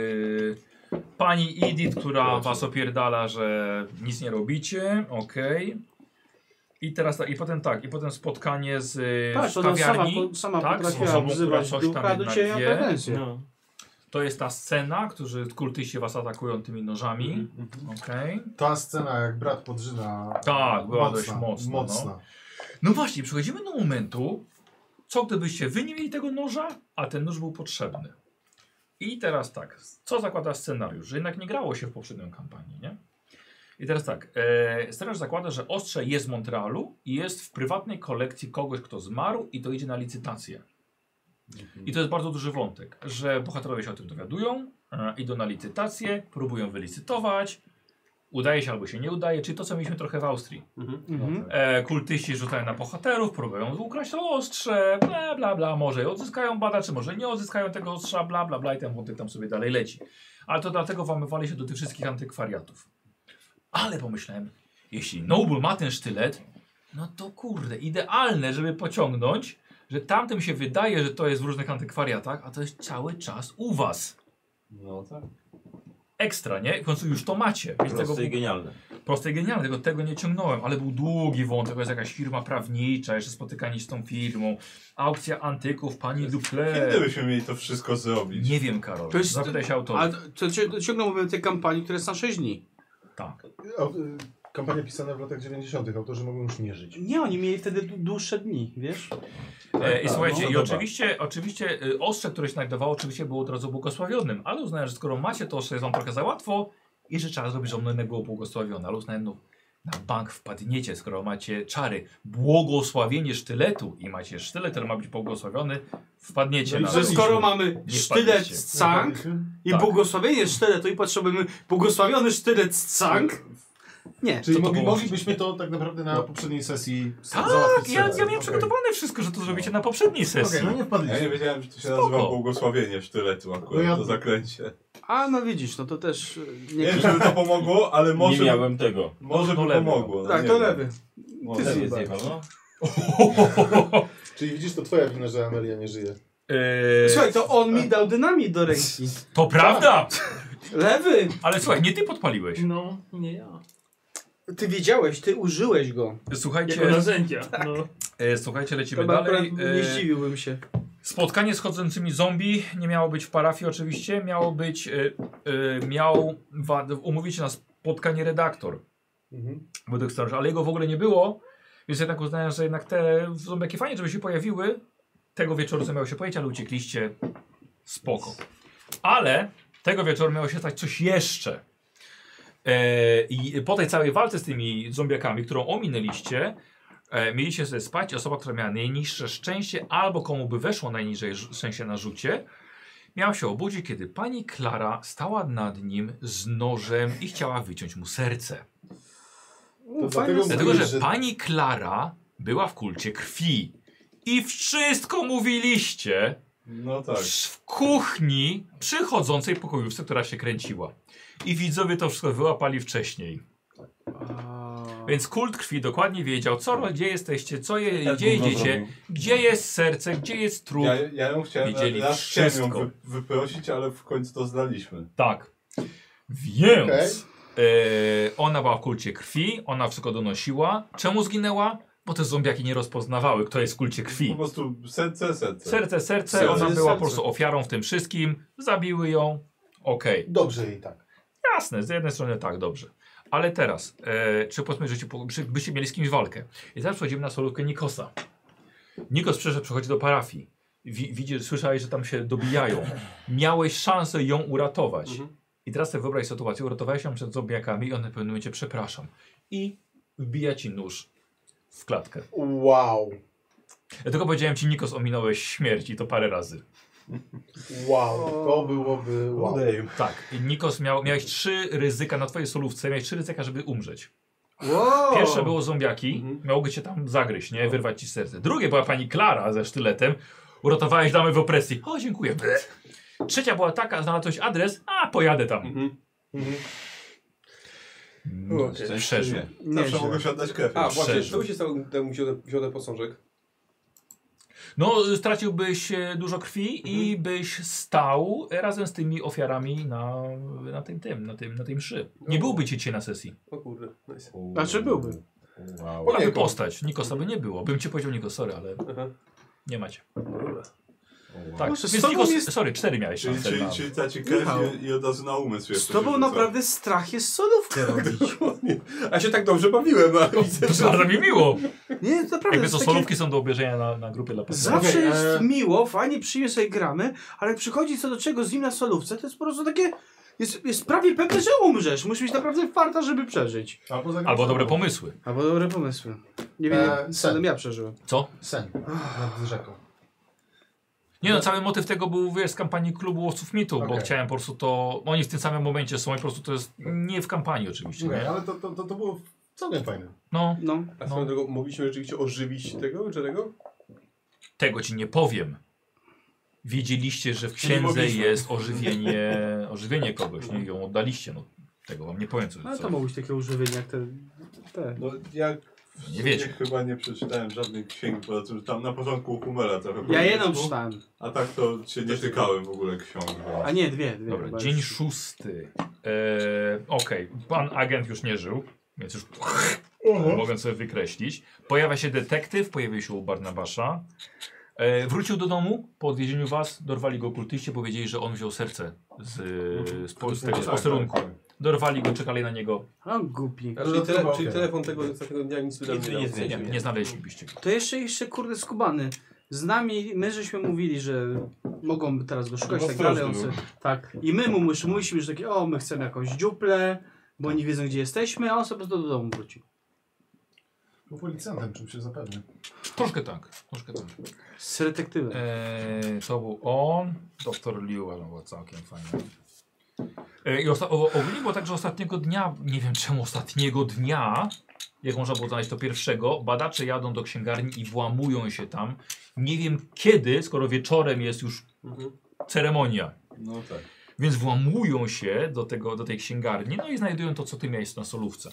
pani Edith, która was opierdala, że nic nie robicie. Okej. I teraz tak, i potem tak, i potem spotkanie z Tak, w to ona sama, kawiarni. po, sama tak, z potrafiła osobą, wzywać która coś tam ducha, do jednak ciebie ma wie. pretensje. No. To jest ta scena, którzy kultyści was atakują tymi nożami. Okej. Ta scena, jak brat podżyna. Tak, była mocna, dość mocna, mocna. No właśnie, przechodzimy do momentu, co gdybyście wy nie mieli tego noża, a ten nóż był potrzebny. I teraz tak, co zakłada scenariusz? Że jednak nie grało się w poprzednią kampanię, nie? I teraz tak, e, scenariusz zakłada, że ostrze jest w Montrealu i jest w prywatnej kolekcji kogoś, kto zmarł i to idzie na licytację. I to jest bardzo duży wątek, że bohaterowie się o tym dowiadują, e, idą na licytację, próbują wylicytować, udaje się albo się nie udaje, czyli to, co mieliśmy trochę w Austrii. Mhm. E, kultyści rzucają na bohaterów, próbują ukraść to ostrze, bla bla bla, może odzyskają badaczy, może nie odzyskają tego ostrza, bla bla bla i ten wątek tam sobie dalej leci. Ale to dlatego włamywali się do tych wszystkich antykwariatów. Ale pomyślałem, jeśli Noble ma ten sztylet, no to kurde, idealne, żeby pociągnąć, że tamtym się wydaje, że to jest w różnych antykwariatach, a to jest cały czas u was. No tak. Ekstra, nie? W końcu już to macie. Więc Proste tego, i genialne. proste i genialne, tego, tego nie ciągnąłem, ale był długi wątek, to jest jakaś firma prawnicza, jeszcze spotykanie z tą firmą, aukcja antyków, pani Kiedy Duple. byśmy mieli to wszystko zrobić? Nie wiem, Karol, To jest- zapytaj się autora. Ale to ci- ciągle mówię o tej kampanii, która jest na sześć dni. Tak. O, y, kampania pisana w latach dziewięćdziesiątych. Autorzy mogą już nie żyć. Nie, oni mieli wtedy dłu- dłuższe dni, wiesz? E, I tak, słuchajcie, no, i dobra. oczywiście, oczywiście y, ostrze, które się znajdowało, oczywiście było od razu błogosławionym, ale uznałem, że skoro macie to ostrze, jest wam trochę za łatwo i że trzeba zrobić, żeby ono jednak było błogosławione, ale uznałem, no na bank wpadniecie, skoro macie czary, błogosławienie sztyletu i macie sztylet, który ma być błogosławiony, wpadniecie No i na Że Że skoro mamy Nie sztylet wpadliście. z cank i Tak. błogosławienie sztyletu i potrzebujemy błogosławiony sztylet z cank, nie. Czyli Co to mogli, było? moglibyśmy to tak naprawdę na poprzedniej sesji Tak, załatwić. ja, ja teraz. miałem Okej. przygotowane wszystko, że to zrobicie na poprzedniej Okej, sesji. no nie Ja wpadliśmy. nie wiedziałem, że to się Spoko. nazywa błogosławienie sztyletu akurat, No ja- to zakręcie. A no widzisz, no to też e, Nie nie. wiem, czy by to pomogło, ale może, Nie miałem tego. może To by lewy. pomogło. No, Tak, nie to wiem. lewy. Może. Ty Lewy zobacz. zjechał, no. Czyli widzisz, to twoja wina, że Amelia nie żyje. Eee, Słuchaj, to on mi dał dynamit do ręki. to prawda, Lewy! ale słuchaj, nie ty podpaliłeś. No, nie ja. Ty wiedziałeś, ty użyłeś go. Słuchajcie, Jako narzędzia. No. e, słuchajcie, lecimy To akurat dalej. nie E, zdziwiłbym się. Spotkanie z chodzącymi zombie nie miało być w parafii oczywiście, miało być, e, e, miał wa- umówić się na spotkanie redaktor Mhm. według scenariusza, ale jego w ogóle nie było, więc jednak uznałem, że jednak te zombiaki fajnie, żeby się pojawiły. Tego wieczoru co miało się pojawić, ale uciekliście, spoko. Ale tego wieczoru miało się stać coś jeszcze. E, I po tej całej walce z tymi zombiakami, którą ominęliście, e, mieliście sobie spać. Osoba, która miała najniższe szczęście, albo komu by weszło najniżej ż- szczęście na rzucie, miała się obudzić, kiedy pani Klara stała nad nim z nożem i chciała wyciąć mu serce. U, dlatego fajna mówię, Dlatego, że że- pani Klara była w kulcie krwi. I wszystko mówiliście No tak. w kuchni przy chodzącej pokojówce, która się kręciła. I widzowie to wszystko wyłapali wcześniej. A... Więc kult krwi dokładnie wiedział, co, gdzie jesteście, co je, Tak gdzie gówno jedziecie, zrobił. gdzie jest serce, gdzie jest trup. Ja, ja ją chciałem, Widzieli raz chciałem ją wszystko. wy, wyprosić, ale w końcu to zdaliśmy. Tak. Więc Okej. e, ona była w kulcie krwi, ona wszystko donosiła. Czemu zginęła? Bo te zombiaki nie rozpoznawały, kto jest w kulcie Po krwi. prostu serce, serce. Serce, serce, Serce ona jest była serce. po prostu ofiarą w tym wszystkim. Zabiły ją. Okej. Dobrze jej tak. Jasne, z jednej strony tak, dobrze. Ale teraz, e, czy powiedzmy, że ci, po- czy byście mieli z kimś walkę. I teraz przechodzimy na solówkę Nikosa. Nikos przyszedł, przychodzi do parafii. Wi, widzisz, słyszałeś, że tam się dobijają. Miałeś szansę ją uratować. I teraz sobie wyobraź sytuację, uratowałeś ją przed zombiakami i on w pewnym momencie przepraszam. I wbija ci nóż w klatkę. Wow. Ja tylko powiedziałem ci, Nikos, ominąłeś śmierć i to parę razy. Wow. To byłoby wow. Odejem. Tak, i Nikos miał, miałeś trzy ryzyka na twojej solówce, miałeś trzy ryzyka, żeby umrzeć. Wow. Pierwsze było zombiaki, Mhm. miałoby cię tam zagryźć, nie? Wyrwać ci serce. Drugie była pani Klara ze sztyletem, uratowałeś damę w opresji. O, dziękuję. Trzecia była taka, znalazłeś adres, a pojadę tam. Mhm. Mhm. No, Okej. przeżył. Zawsze Nieźle. mogę się oddać krew. A, właśnie, Przeżył. co by się stało, gdybym wziął wziął ten posążek? No, straciłbyś e, dużo krwi i Mhm. byś stał razem z tymi ofiarami na, na tym, tym, na tym, na tej mszy. Nie byłby cię dzisiaj na sesji. O kurde, nice. Znaczy byłby. Wow. Byłaby Poniekąd. postać. Nikosa by nie było. Bym ci powiedział Nikos, sorry, ale Aha. nie macie. Dobra. Tak, Boże, z więc tobą Nikos, jest- sorry, cztery miałeś Czyli, szansę czyli, na... czyli traci krew Michał. i, i od razu na umysł Z jeszcze tobą wyrzuca. naprawdę strach jest solówkę robić. Dokładnie. A się tak dobrze bawiłem, ale widzę, To że... bardzo mi miło. Nie, naprawdę. Jakby jest to takie- solówki są do obejrzenia na, na grupie dla pasjonatów. Zawsze Okej, jest e- miło, fajnie przyjmie sobie gramy, ale przychodzi co do czego z nim na solówce, to jest po prostu takie... Jest, jest prawie pewne, że umrzesz. Musisz mieć naprawdę farta, żeby przeżyć. Albo, zagrać Albo dobre sobą. pomysły. Albo dobre pomysły. Nie wiem, E, jak sen. ja przeżyłem. Co? Sen nad rzeką. Nie no, cały motyw tego był, wiesz, z kampanii klubu Łowców Mitu, bo Okej. chciałem po prostu to... Oni w tym samym momencie są i po prostu to jest nie w kampanii oczywiście, Okej, nie? ale to, to, to, to było całkiem fajne. No, No. A swoją drogą, mogliśmy rzeczywiście ożywić tego, czy tego? tego ci nie powiem. Wiedzieliście, że w Czyli księdze mogliśmy. jest ożywienie, ożywienie kogoś, nie? I ją oddaliście, no. Tego wam nie powiem, co... Ale co. to mogło być takie używienie jak te... te. No ja w Nie sumie wiecie. chyba nie przeczytałem żadnej księgi, poza tym, że tam na początku u Humera trochę po Ja jedną angielsku, czytałem. A tak to się nie tykałem w ogóle ksiąg. Bo... A nie, dwie. dwie Dobra, chyba dzień już. szósty. Eee, Okej, pan agent już nie żył, Więc już mogę sobie wykreślić. Pojawia się detektyw, pojawił się u Barnabasza. E, wrócił do domu, po odwiedzieniu was, dorwali go kultyści, powiedzieli, że on wziął serce z, z, po, z tego z posterunku. Dorwali go, czekali na niego. A głupi. A, czyli, tele, czyli telefon tego ostatniego dnia nic wydał Nic nie nie dał. zmienia. Nie, nie znaleźlibyście go. To jeszcze, jeszcze kurde skubany. Z nami, my żeśmy mówili, że mogą teraz go szukać i tak dalej. On sobie, tak. I my mu myśmy, mówiliśmy, że takie, o my chcemy jakąś dziuplę, bo oni wiedzą gdzie jesteśmy, a on sobie do domu wrócił. Był policjantem, czym się zapewne. Troszkę tak, troszkę tak. Z detektywem. Eee, to był on, doktor Liu, ale było całkiem fajne. Eee, I osta- o- ogólnie było tak, że ostatniego dnia, nie wiem czemu ostatniego dnia, jak można było znaleźć to pierwszego, badacze jadą do księgarni i włamują się tam. Nie wiem kiedy, skoro wieczorem jest już Mhm. ceremonia. No tak. Więc włamują się do, tego, do tej księgarni, no i znajdują to, co ty miałeś na solówce.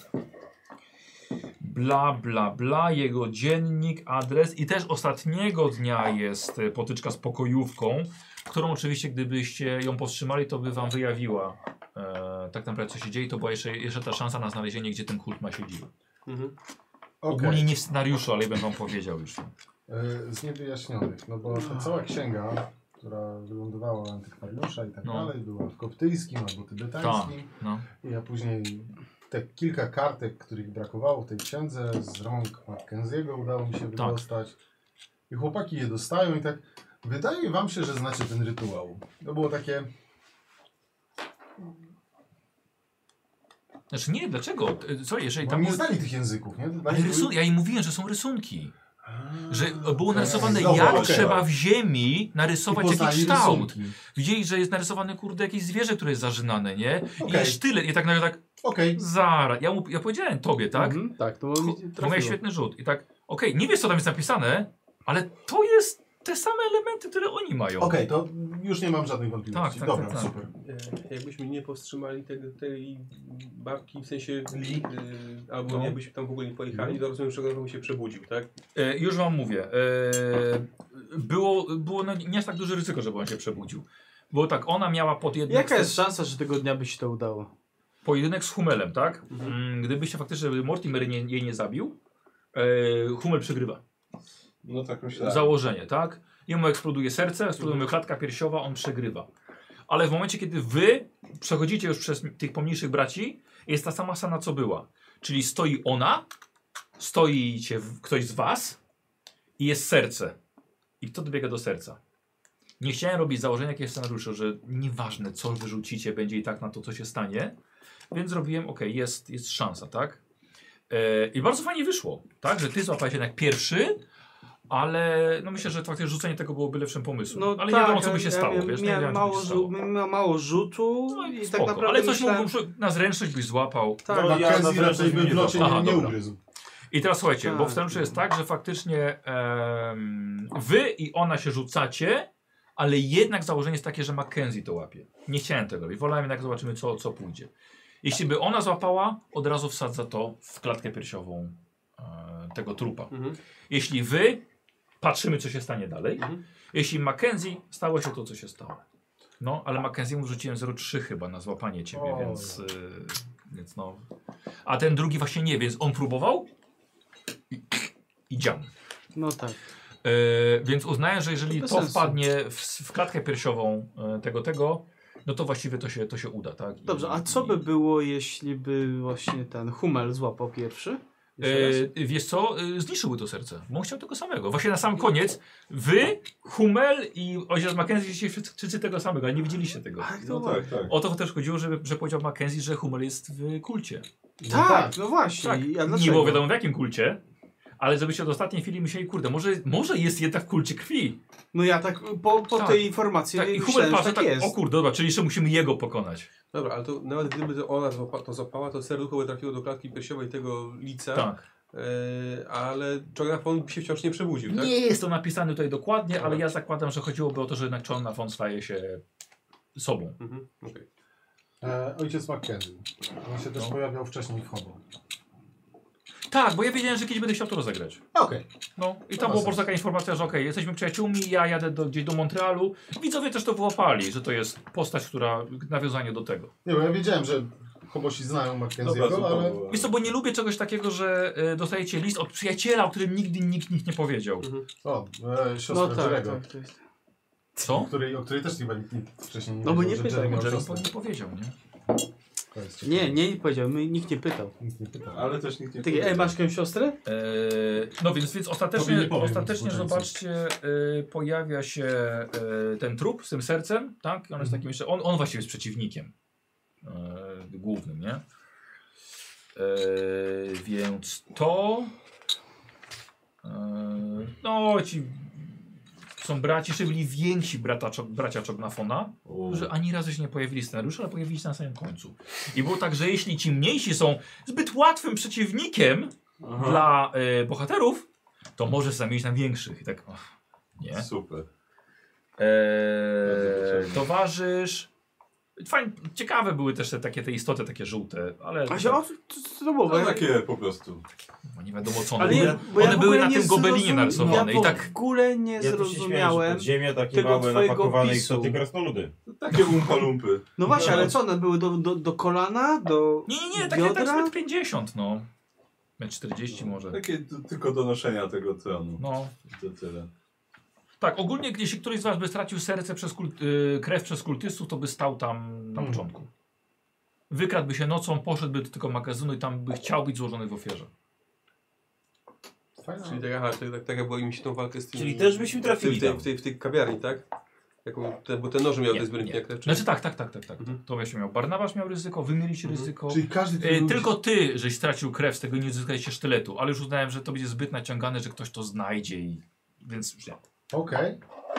Bla, bla, bla, jego dziennik, adres i też ostatniego dnia jest e, potyczka z pokojówką, którą oczywiście gdybyście ją powstrzymali, to by wam wyjawiła e, tak naprawdę co się dzieje. To była jeszcze, jeszcze ta szansa na znalezienie, gdzie ten kult ma siedzibę. Mhm. Ogólnie Okej. nie w scenariuszu, ale ja bym wam powiedział już. E, Z niewyjaśnionych, no bo ta cała księga, która wylądowała u antykwariusza i tak No. dalej, była w koptyjskim albo tybetańskim. No. I ja później te kilka kartek, których brakowało w tej księdze, z rąk Mackenzie'ego udało mi się wydostać. I chłopaki je dostają i tak, wydaje wam się, że znacie ten rytuał. To było takie, Znaczy nie, dlaczego? E, Co, jeżeli bo tam... nie było- znali tych języków, nie? To Ale takie rysu... były- Ja im mówiłem, że są rysunki. Że było okej. narysowane, Dobra, jak okej. trzeba w ziemi I narysować poznali jakiś kształt. rysunki. Widzieli, że jest narysowane, kurde, jakieś zwierzę, które jest zażynane, nie? I Okej. sztylet. I tak nagle tak, Okej, zaraz. Ja, mu, ja powiedziałem tobie, tak? Mhm, tak, to mi Bo miałeś trafiło. świetny rzut. I tak, okej, nie wiesz co tam jest napisane, ale to jest te same elementy, które oni mają. okej, to już nie mam żadnych wątpliwości. Tak, tak, Dobra, tak, tak. super. E, Jakbyśmy nie powstrzymali tej, tej babki, w sensie Li, y, albo No. jakbyśmy tam w ogóle nie pojechali, to rozumiem, że on by się przebudził, tak? E, już wam mówię. E, było było no, nie aż tak duże ryzyko, żeby on się przebudził. Było tak, ona miała pod jednym... Jaka jest szansa, że tego dnia by się to udało? Pojedynek z Humelem, tak? Mhm. Mm, Gdybyście faktycznie, żeby Mortimer nie, jej nie zabił, e, Humel przegrywa. No tak myślałem. Założenie, tak? Jemu eksploduje serce, eksploduje klatka piersiowa, on przegrywa. Ale w momencie, kiedy wy przechodzicie już przez tych pomniejszych braci, jest ta sama scena, co była. Czyli stoi ona, stoicie w- ktoś z was i jest serce. I kto dobiega do serca? Nie chciałem robić założenia jakiegoś scenariusza, że nieważne co wyrzucicie, będzie i tak na to, co się stanie. Więc zrobiłem, ok, jest, jest szansa, tak? E, I bardzo fajnie wyszło, tak? Że ty złapałeś jednak pierwszy, ale no myślę, że faktycznie rzucenie tego byłoby lepszym pomysłem. ale nie wiadomo, co by się ja stało, miałem- wiesz? Nie Miałem wiadomo, co mało, by się stało. rzu- miałem mało rzutu No i i tak spoko, naprawdę ale coś myślałem... mógł, na zręczność byś złapał. Tak, No, ja na Mackenzie zręczność raczej by bym w nie locie Aha, nie, nie dobra. ugryzł. I teraz słuchajcie, bo w Tak. scenariuszu jest tak, że faktycznie em, wy i ona się rzucacie, ale jednak założenie jest takie, że Mackenzie to łapie. Nie chciałem tego robić, wolałem jednak zobaczymy, co, co pójdzie. Jeśli by ona złapała, od razu wsadza to w klatkę piersiową e, tego trupa. Mhm. Jeśli wy, patrzymy, co się stanie dalej. Mhm. Jeśli Mackenzie, stało się to, co się stało. No, ale Mackenziemu rzuciłem zero przecinek trzy chyba na złapanie ciebie, O, więc, y, więc no. A ten drugi właśnie nie, więc on próbował i, i dziam. No tak. E, więc uznaję, że jeżeli Bez to sensu. wpadnie w, w klatkę piersiową e, tego, tego, no to właściwie to się, to się uda, tak? I, Dobrze, a co i- by było, jeśli by właśnie ten Hummel złapał pierwszy? Jeszcze raz. E, wiesz co, e, zniszczyłby to serce, bo on chciał tego samego. Właśnie na sam koniec, wy, Hummel i ojciec Mackenzie się wszyscy, wszyscy tego samego, ale nie widzieliście tego. Ach, No to tak, tak. O to też chodziło, że, że powiedział Mackenzie, że Hummel jest w kulcie. No tak, no właśnie. Tak, I- A nie dlaczego? było wiadomo w jakim kulcie, ale żebyście do ostatniej chwili myśleli, kurde, może, może jest jednak w kulcie krwi. No ja tak po, po Tak. tej informacji Tak, i Hummel myślałem, że patrzy, tak tak, jest. o kurde, dobra, czyli jeszcze musimy jego pokonać. Dobra, ale to nawet gdyby to ona złapa, to złapała, to serducho by trafiło do klatki piersiowej tego lica, Tak. e, ale Jonathan się wciąż nie przebudził, tak? Nie jest to napisane tutaj dokładnie, ale Dobra. ja zakładam, że chodziłoby o to, że jednak Jonathan staje się sobą. Mhm, okej. E, ojciec Mackenzie. On się też No. pojawiał wcześniej w Hobo. Tak, bo ja wiedziałem, że kiedyś będę chciał to rozegrać. Okej. No i To tam ma była po sens. prostu taka informacja, że okej, jesteśmy przyjaciółmi, ja jadę do, gdzieś do Montrealu. Widzowie też to wyłapali, że to jest postać, która, nawiązanie do tego. Nie, bo ja wiedziałem, że Hobosi znają Dobra, Mackenziego, zupa ale... była. Wiesz co, bo nie lubię czegoś takiego, że y, dostajecie list od przyjaciela, o którym nigdy nikt, nikt nie powiedział. O, e, siostra No tak, Jerego, tak, to jest. Co? o której, o której też chyba nikt nikt wcześniej nie No bo wiedział, nie że pytał, Jerry miał Jerry siostrę. nie powiedział, nie? To jest ciekawe. Nie, nie powiedział, my, nikt nie pytał. Nikt nie pytał. Ale też nikt nie Takie, ej, powiedział. masz jakąś siostrę? Eee, no więc, więc Tobie ostatecznie, nie powiem, ostatecznie zboczeńcu. zobaczcie, e, pojawia się e, ten trup z tym sercem, tak? I on jest takim jeszcze, on, on właściwie jest przeciwnikiem e, głównym, nie? E, więc to... E, no ci są braci, jeszcze byli więksi brata, bracia Czognafona, O. że ani razu się nie pojawili w scenariuszu, ale pojawili się na samym końcu. I było tak, że jeśli ci mniejsi są zbyt łatwym przeciwnikiem dla y, bohaterów, to możesz zamienić na większych. I tak, och, nie. Super. Eee, towarzysz. Fajnie, ciekawe były też te takie te istoty, takie żółte, ale A się, o, co, co to było? Bo No ja- takie po prostu. no, nie wiadomo co one Ale były. ja, bo ja One w były ogóle na nie tym gobelinie zrozum- narysowane ja i tak... w ogóle nie Ja tu się śmieję, że zrozumiałem. podziemia takie tego małe, twojego napakowane opisu. istoty krasnoludy. Takie umpa-lumpy. No właśnie, No. ale co one były? Do, do, do kolana? Do Nie, nie, nie, takie biodra? tak metr pięćdziesiąt, no. metr czterdzieści może. Takie t- tylko do noszenia tego tronu. No. To tyle. Tak, ogólnie jeśli któryś z was by stracił serce przez kult, y, krew przez kultystów, to by stał tam na Hmm. początku. Wykradłby się nocą, poszedłby do tego magazynu i tam by chciał być złożony w ofierze. Fajna. Czyli tak, aha, tak, tak, tak jak było im się tą walkę z tymi... Czyli też byśmy trafili w tej, tam. w tej, w tej kawiarni, tak? Jaką, te, bo te noże miały Nie, te zbiorniki nie. jak krew. Znaczy tak, tak, tak, tak, tak. Mhm. To właśnie miał. Barnabasz miał ryzyko, wy mieliście Mhm. ryzyko. Czyli każdy E, ludzi- tylko ty, żeś stracił krew, z tego nie uzyskaliście sztyletu, ale już uznałem, że to będzie zbyt naciągane, że ktoś to znajdzie i... Więc już nie. Okej.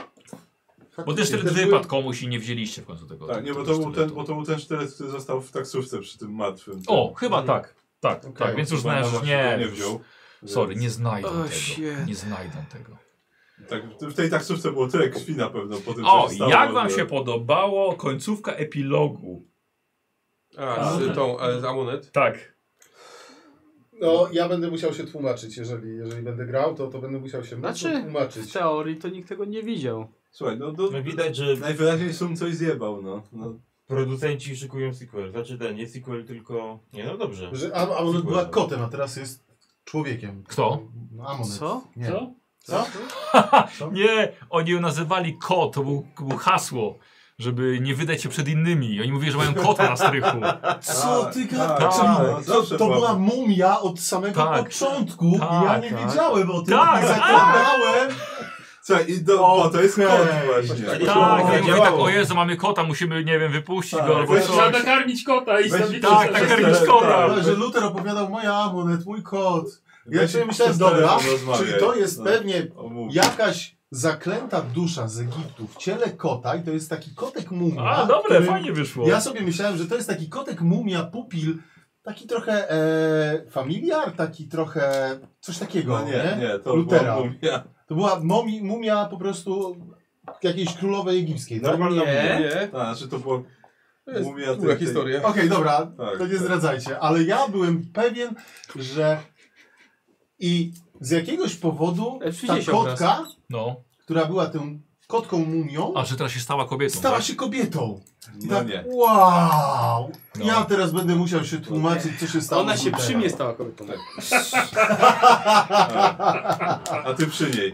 Bo też sztylet były- wypadł komuś i nie wzięliście w końcu tego. Tak, nie, bo tego to, był ten, sztyletu. bo to był ten sztylet, który został w taksówce przy tym martwym. O, chyba tak. Tak, Okej. tak, więc już Chyba znałem, na że właśnie nie. go nie wziął. Sorry, Więc- nie znajdą O, tego. shit. Nie znajdą tego. Tak, w tej taksówce było tyle krwi na pewno po tym, O, co się stało, jak wam że- się podobało końcówka epilogu? A, z tą, ale z Amunet. Tak. No, ja będę musiał się tłumaczyć, jeżeli, jeżeli będę grał, to, to będę musiał się mocno Znaczy, w tłumaczyć. teorii to nikt tego nie widział. Słuchaj, no to No widać, że najwyraźniej Sum coś zjebał, no. no. producenci szykują sequel. Znaczy ten, nie sequel, tylko... Nie, no dobrze. Że Am- Amonet była kotem, a teraz jest człowiekiem. Kto? No, Amonet. Co? Nie. Co? Co? Co? Nie, oni ją nazywali kot, to był, to było hasło, żeby nie wydać się przed innymi. Oni mówili, że mają kota na strychu. Co ty Tak, gadasz? tak, Czyli no, to, zawsze to była- była mumia od samego Tak. początku Tak, i ja nie tak. wiedziałem o tym. Tak, I tak. zakładałem. Słuchaj, i do, o, to jest kot Okej. właśnie. Tak, Tak, to ja mówię działało. tak, o Jezu, mamy kota, musimy, nie wiem, wypuścić Tak, go albo weź- coś. Trzeba nakarmić kota i Weź- sobie tak, pisać. nakarmić tak, kota. tak. Że Luther opowiadał, moja Amonet, mój kot. Ja Weź sobie i myślałem, przez dobra, telefon rozmawiaj. czyli to jest No. pewnie O, mów. jakaś zaklęta dusza z Egiptu w ciele kota i to jest taki kotek mumia. A, dobre, który- fajnie wyszło. Ja sobie myślałem, że to jest taki kotek mumia, pupil, taki trochę e, familiar, taki trochę coś takiego, No nie, nie, to Lutera. była mumia. To była momi, mumia po prostu jakiejś królowej egipskiej. tak? Normalna Nie. mumia. Nie. A, znaczy to była To jest mumia długa tej- tej- historia. Okej, dobra, Tak, to nie tak. zdradzajcie, ale ja byłem pewien, że i z jakiegoś powodu E, ta przyjdzie się obraz. kotka, No. która była tą kotką mumią, A, że teraz się stała kobietą, stała tak? się kobietą. I No tak, nie. wow! No. Ja teraz będę musiał się tłumaczyć, co się stało. Ona z się Luterem. przy mnie stała kobietą. A ty przy niej.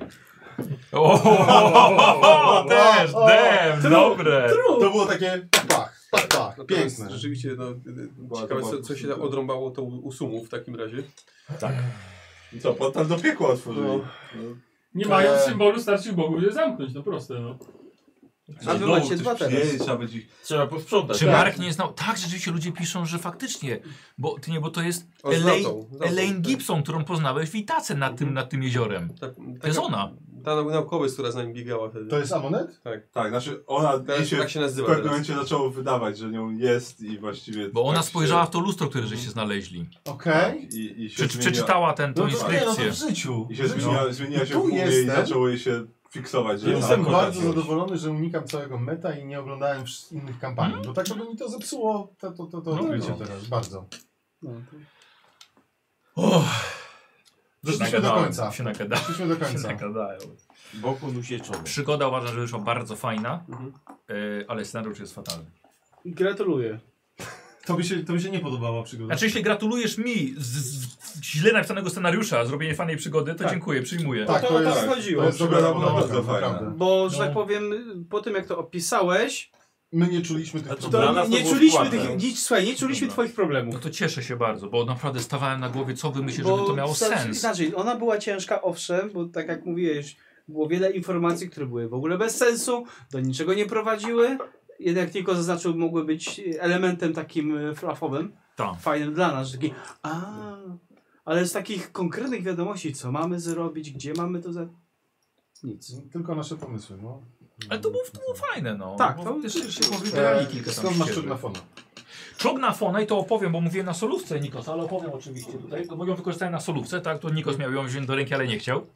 O, też, o, dem, dobre. To było takie pach, pach, pach, No to jest piękne. rzeczywiście, no, Była- ciekawe to co, była- co się odrąbało to u Sumów w takim razie. I co, portal do piekła otworzyli. No. No. Nie mając Eee. symbolu starszych bogów, żeby zamknąć, no proste, no. A wy Znowu macie ktoś dwa teraz. przyjedzie, trzeba będzie ich... Trzeba posprzątać. Czy Tak. Mark nie znał? Tak, rzeczywiście ludzie piszą, że faktycznie. Bo, ty nie, bo to jest O, znał Elaine, tą, znał tą, Elaine tak. Gibson, którą poznałeś w Itace nad tym, nad tym jeziorem. Tak, To jest ona. Ta nau- naukowiec, która z nami biegała wtedy. To jest Amonet? Tak, znaczy ona Teraz jej się tak się w nazywa pewnym teraz. momencie zaczęło wydawać, że nią jest i właściwie... Bo ona tak spojrzała się- w to lustro, które żeście znaleźli. Okej. I, i się Prze zmieniła, przeczytała ten, tą No to nie, no to inskrypcję. w życiu. I się w życiu. zmieniła, zmieniła się Tu w głowie i jestem. zaczęło jej się fiksować, że... Jestem kota bardzo wziąć. zadowolony, że unikam całego meta i nie oglądałem wsz- innych kampanii, bo tak to by mi to zepsuło to, to, to, to No, odkrycie no. teraz, bardzo. No, Oh, Doszliśmy do końca. Się nagadałem. Doszliśmy do Się końca. nagadałem. Bokun usieczony. Przygoda uważam, że wyszła bardzo fajna, Mhm. yy, ale scenariusz jest fatalny. Gratuluję. To mi się, to mi się nie podobała przygoda. Znaczy, jeśli gratulujesz mi z, z źle napisanego scenariusza, zrobienie fajnej przygody, to Tak. dziękuję, przyjmuję. Tak, to- to to jest, chodziło. to jest dobra Przygoda była robota, bardzo fajna. naprawdę. Bo, że No. tak powiem, po tym jak to opisałeś, My nie czuliśmy tych A to to Dla problemów. nas nie, to było czuliśmy wkładem. tych, nic, słuchaj, nie czuliśmy Dobra. twoich problemów. No to cieszę się bardzo, bo naprawdę stawałem na głowie, co wy myślicie, żeby to miało znaczy, sens. Inaczej, ona była ciężka, owszem, bo tak jak mówiłeś, było wiele informacji, które były w ogóle bez sensu, do niczego nie prowadziły. Jednak tylko zaznaczył, mogły być elementem takim e, flafowym, Tak. fajnym dla nas, że taki a, ale z takich konkretnych wiadomości, co mamy zrobić, gdzie mamy to za... Nic. Tylko nasze pomysły, no. Ale to było, to było fajne, no. Tak, bo to- też się wybierali E, kilka tam skąd masz ścieżek. czek na fona? Czog na fonę i to opowiem, bo mówiłem na solówce Nikos, ale opowiem oczywiście tutaj, bo ją wykorzystałem na solówce, tak, to Nikos miał ją wziąć do ręki, ale nie chciał.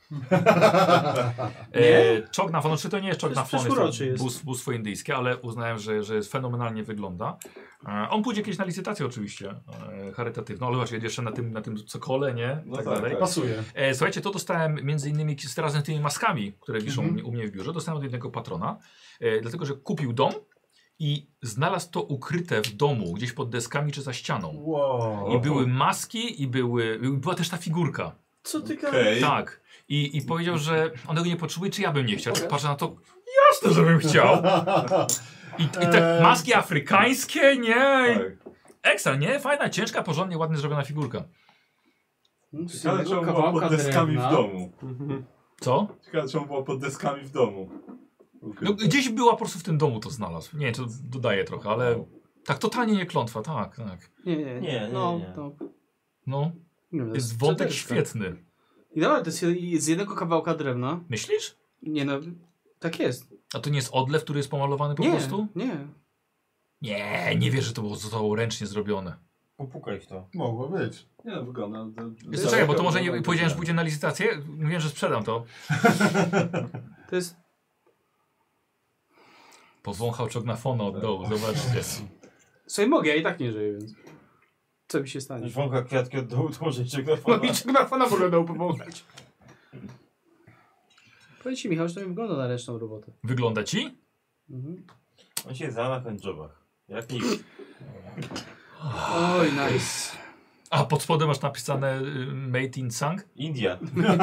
e, czog na fonę, czy to nie jest czog To na jest fonę, przeszłoroczy jest jest. bus, bóstwo indyjskie, ale uznałem, że, że jest fenomenalnie wygląda. E, on pójdzie kiedyś na licytację oczywiście, e, charytatywną, ale właśnie jeszcze na tym, na tym cokole, nie, No tak tak, dalej. tak. Pasuje. E, słuchajcie, to dostałem między innymi z razem z tymi maskami, które wiszą Mhm. u, mnie, u mnie w biurze, dostałem od jednego patrona, e, dlatego że kupił dom i znalazł to ukryte w domu, gdzieś pod deskami czy za ścianą. Wow. I były maski i były, była też ta figurka. Co ty gadasz? Okej. Tak. I, I powiedział, że on tego nie potrzebuje, czy ja bym nie chciał. Tak patrzę na to, jasne, żebym chciał. I, i te Eee. maski afrykańskie, nie? Tak. Ekstra, nie? Fajna, ciężka, porządnie, ładnie zrobiona figurka. Ciekawe, czemu była pod deskami w domu. Co? Ciekawe, czemu była pod deskami w domu. No, gdzieś była po prostu w tym domu, to znalazł. Nie wiem, to dodaje trochę, ale tak totalnie nie klątwa, tak, tak. Nie, nie, Nie, nie, no, nie. To, No, nie wiem, jest wątek czterdzieści. świetny. I dobra, to jest z jednego kawałka drewna. Myślisz? Nie no, tak jest. A to nie jest odlew, który jest pomalowany po nie, prostu? nie. Nie, nie wierzę, że to było zostało ręcznie zrobione. Popukaj w to. Mogło być. Nie no, wygląda. Wiesz, czekaj, bo to może nie powiedziałem, że pójdzie na licytację. Mówiłem, że sprzedam to. To jest... Powąchał czognafono od dołu, zobaczcie. Słuchaj, mogę, ja i tak nie żyję, więc... Co mi się stanie? Jeśli wącha kwiatki od dołu, to może czek na No fona. i czego na fana mogę powąchać. Powiedz ci, Michał, że to mi wygląda na ręczną robotę. Wygląda ci? Mhm. On się zna na handjobach. Jak nikt. Oj, nice. A pod spodem masz napisane y, Made in Sang? India.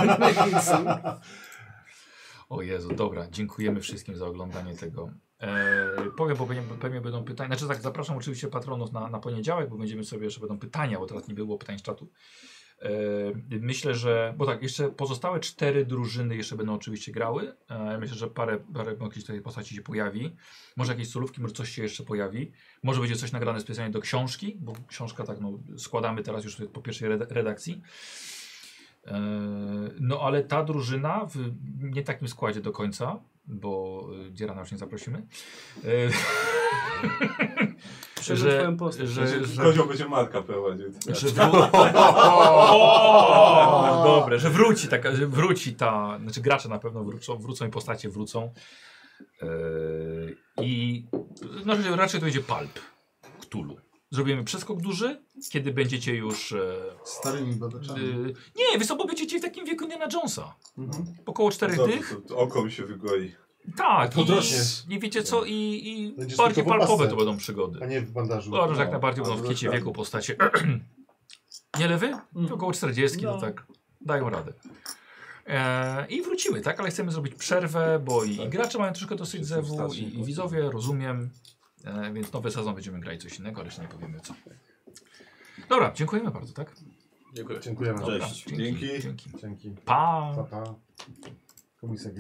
O Jezu, dobra, dziękujemy wszystkim za oglądanie tego. E, powiem, bo pewnie, pewnie będą pytania. Znaczy tak, zapraszam oczywiście patronów na, na poniedziałek, bo będziemy sobie jeszcze będą pytania, bo teraz nie było pytań z czatu. E, myślę, że, bo tak, jeszcze pozostałe cztery drużyny jeszcze będą oczywiście grały. E, myślę, że parę, parę jakichś tutaj postaci się pojawi. Może jakieś solówki, może coś się jeszcze pojawi. Może będzie coś nagrane specjalnie do książki, bo książka tak, no, składamy teraz już po pierwszej red redakcji. E, no ale ta drużyna w nie takim składzie do końca, bo y, Dzierana już nie zaprosimy. E, Przeszedł twoją postać. że, że, Kozioł będzie Marka prowadził. że wró- o, dobre, że wróci taka, że wróci ta, znaczy gracze na pewno wrócą, wrócą i postacie wrócą. Yy, I no, że raczej to będzie Pulp Cthulhu. Zrobimy przeskok duży, kiedy będziecie już. E, Starymi badaczami. yy, nie, wiesz co, bo będziecie w takim wieku Indiana Jonesa. Mhm. Około czterech Dobrze, dych. to, to oko mi się wygoi. Tak, i, Podrośnie. i wiecie co, i, i Będziesz bardziej tylko w palpowe opasce. to będą przygody. A nie w bandażu. No, że jak No, najbardziej będą w albo kiecie tak. wieku postacie. Nie lewy? To około czterdzieści, no. No. tak dają radę. E, I wrócimy, tak? Ale chcemy zrobić przerwę, bo i, i gracze mają troszkę dosyć Jestem zewu, starszy, i, i po widzowie, rozumiem. E, więc nowy sezon będziemy grać coś innego, ale jeszcze nie powiemy co. Dobra, dziękujemy bardzo, tak? Dziękuję. Dziękujemy. Cześć. Dzięki. Dzięki. Dzięki. Dzięki. Pa! Pa, pa. Komisja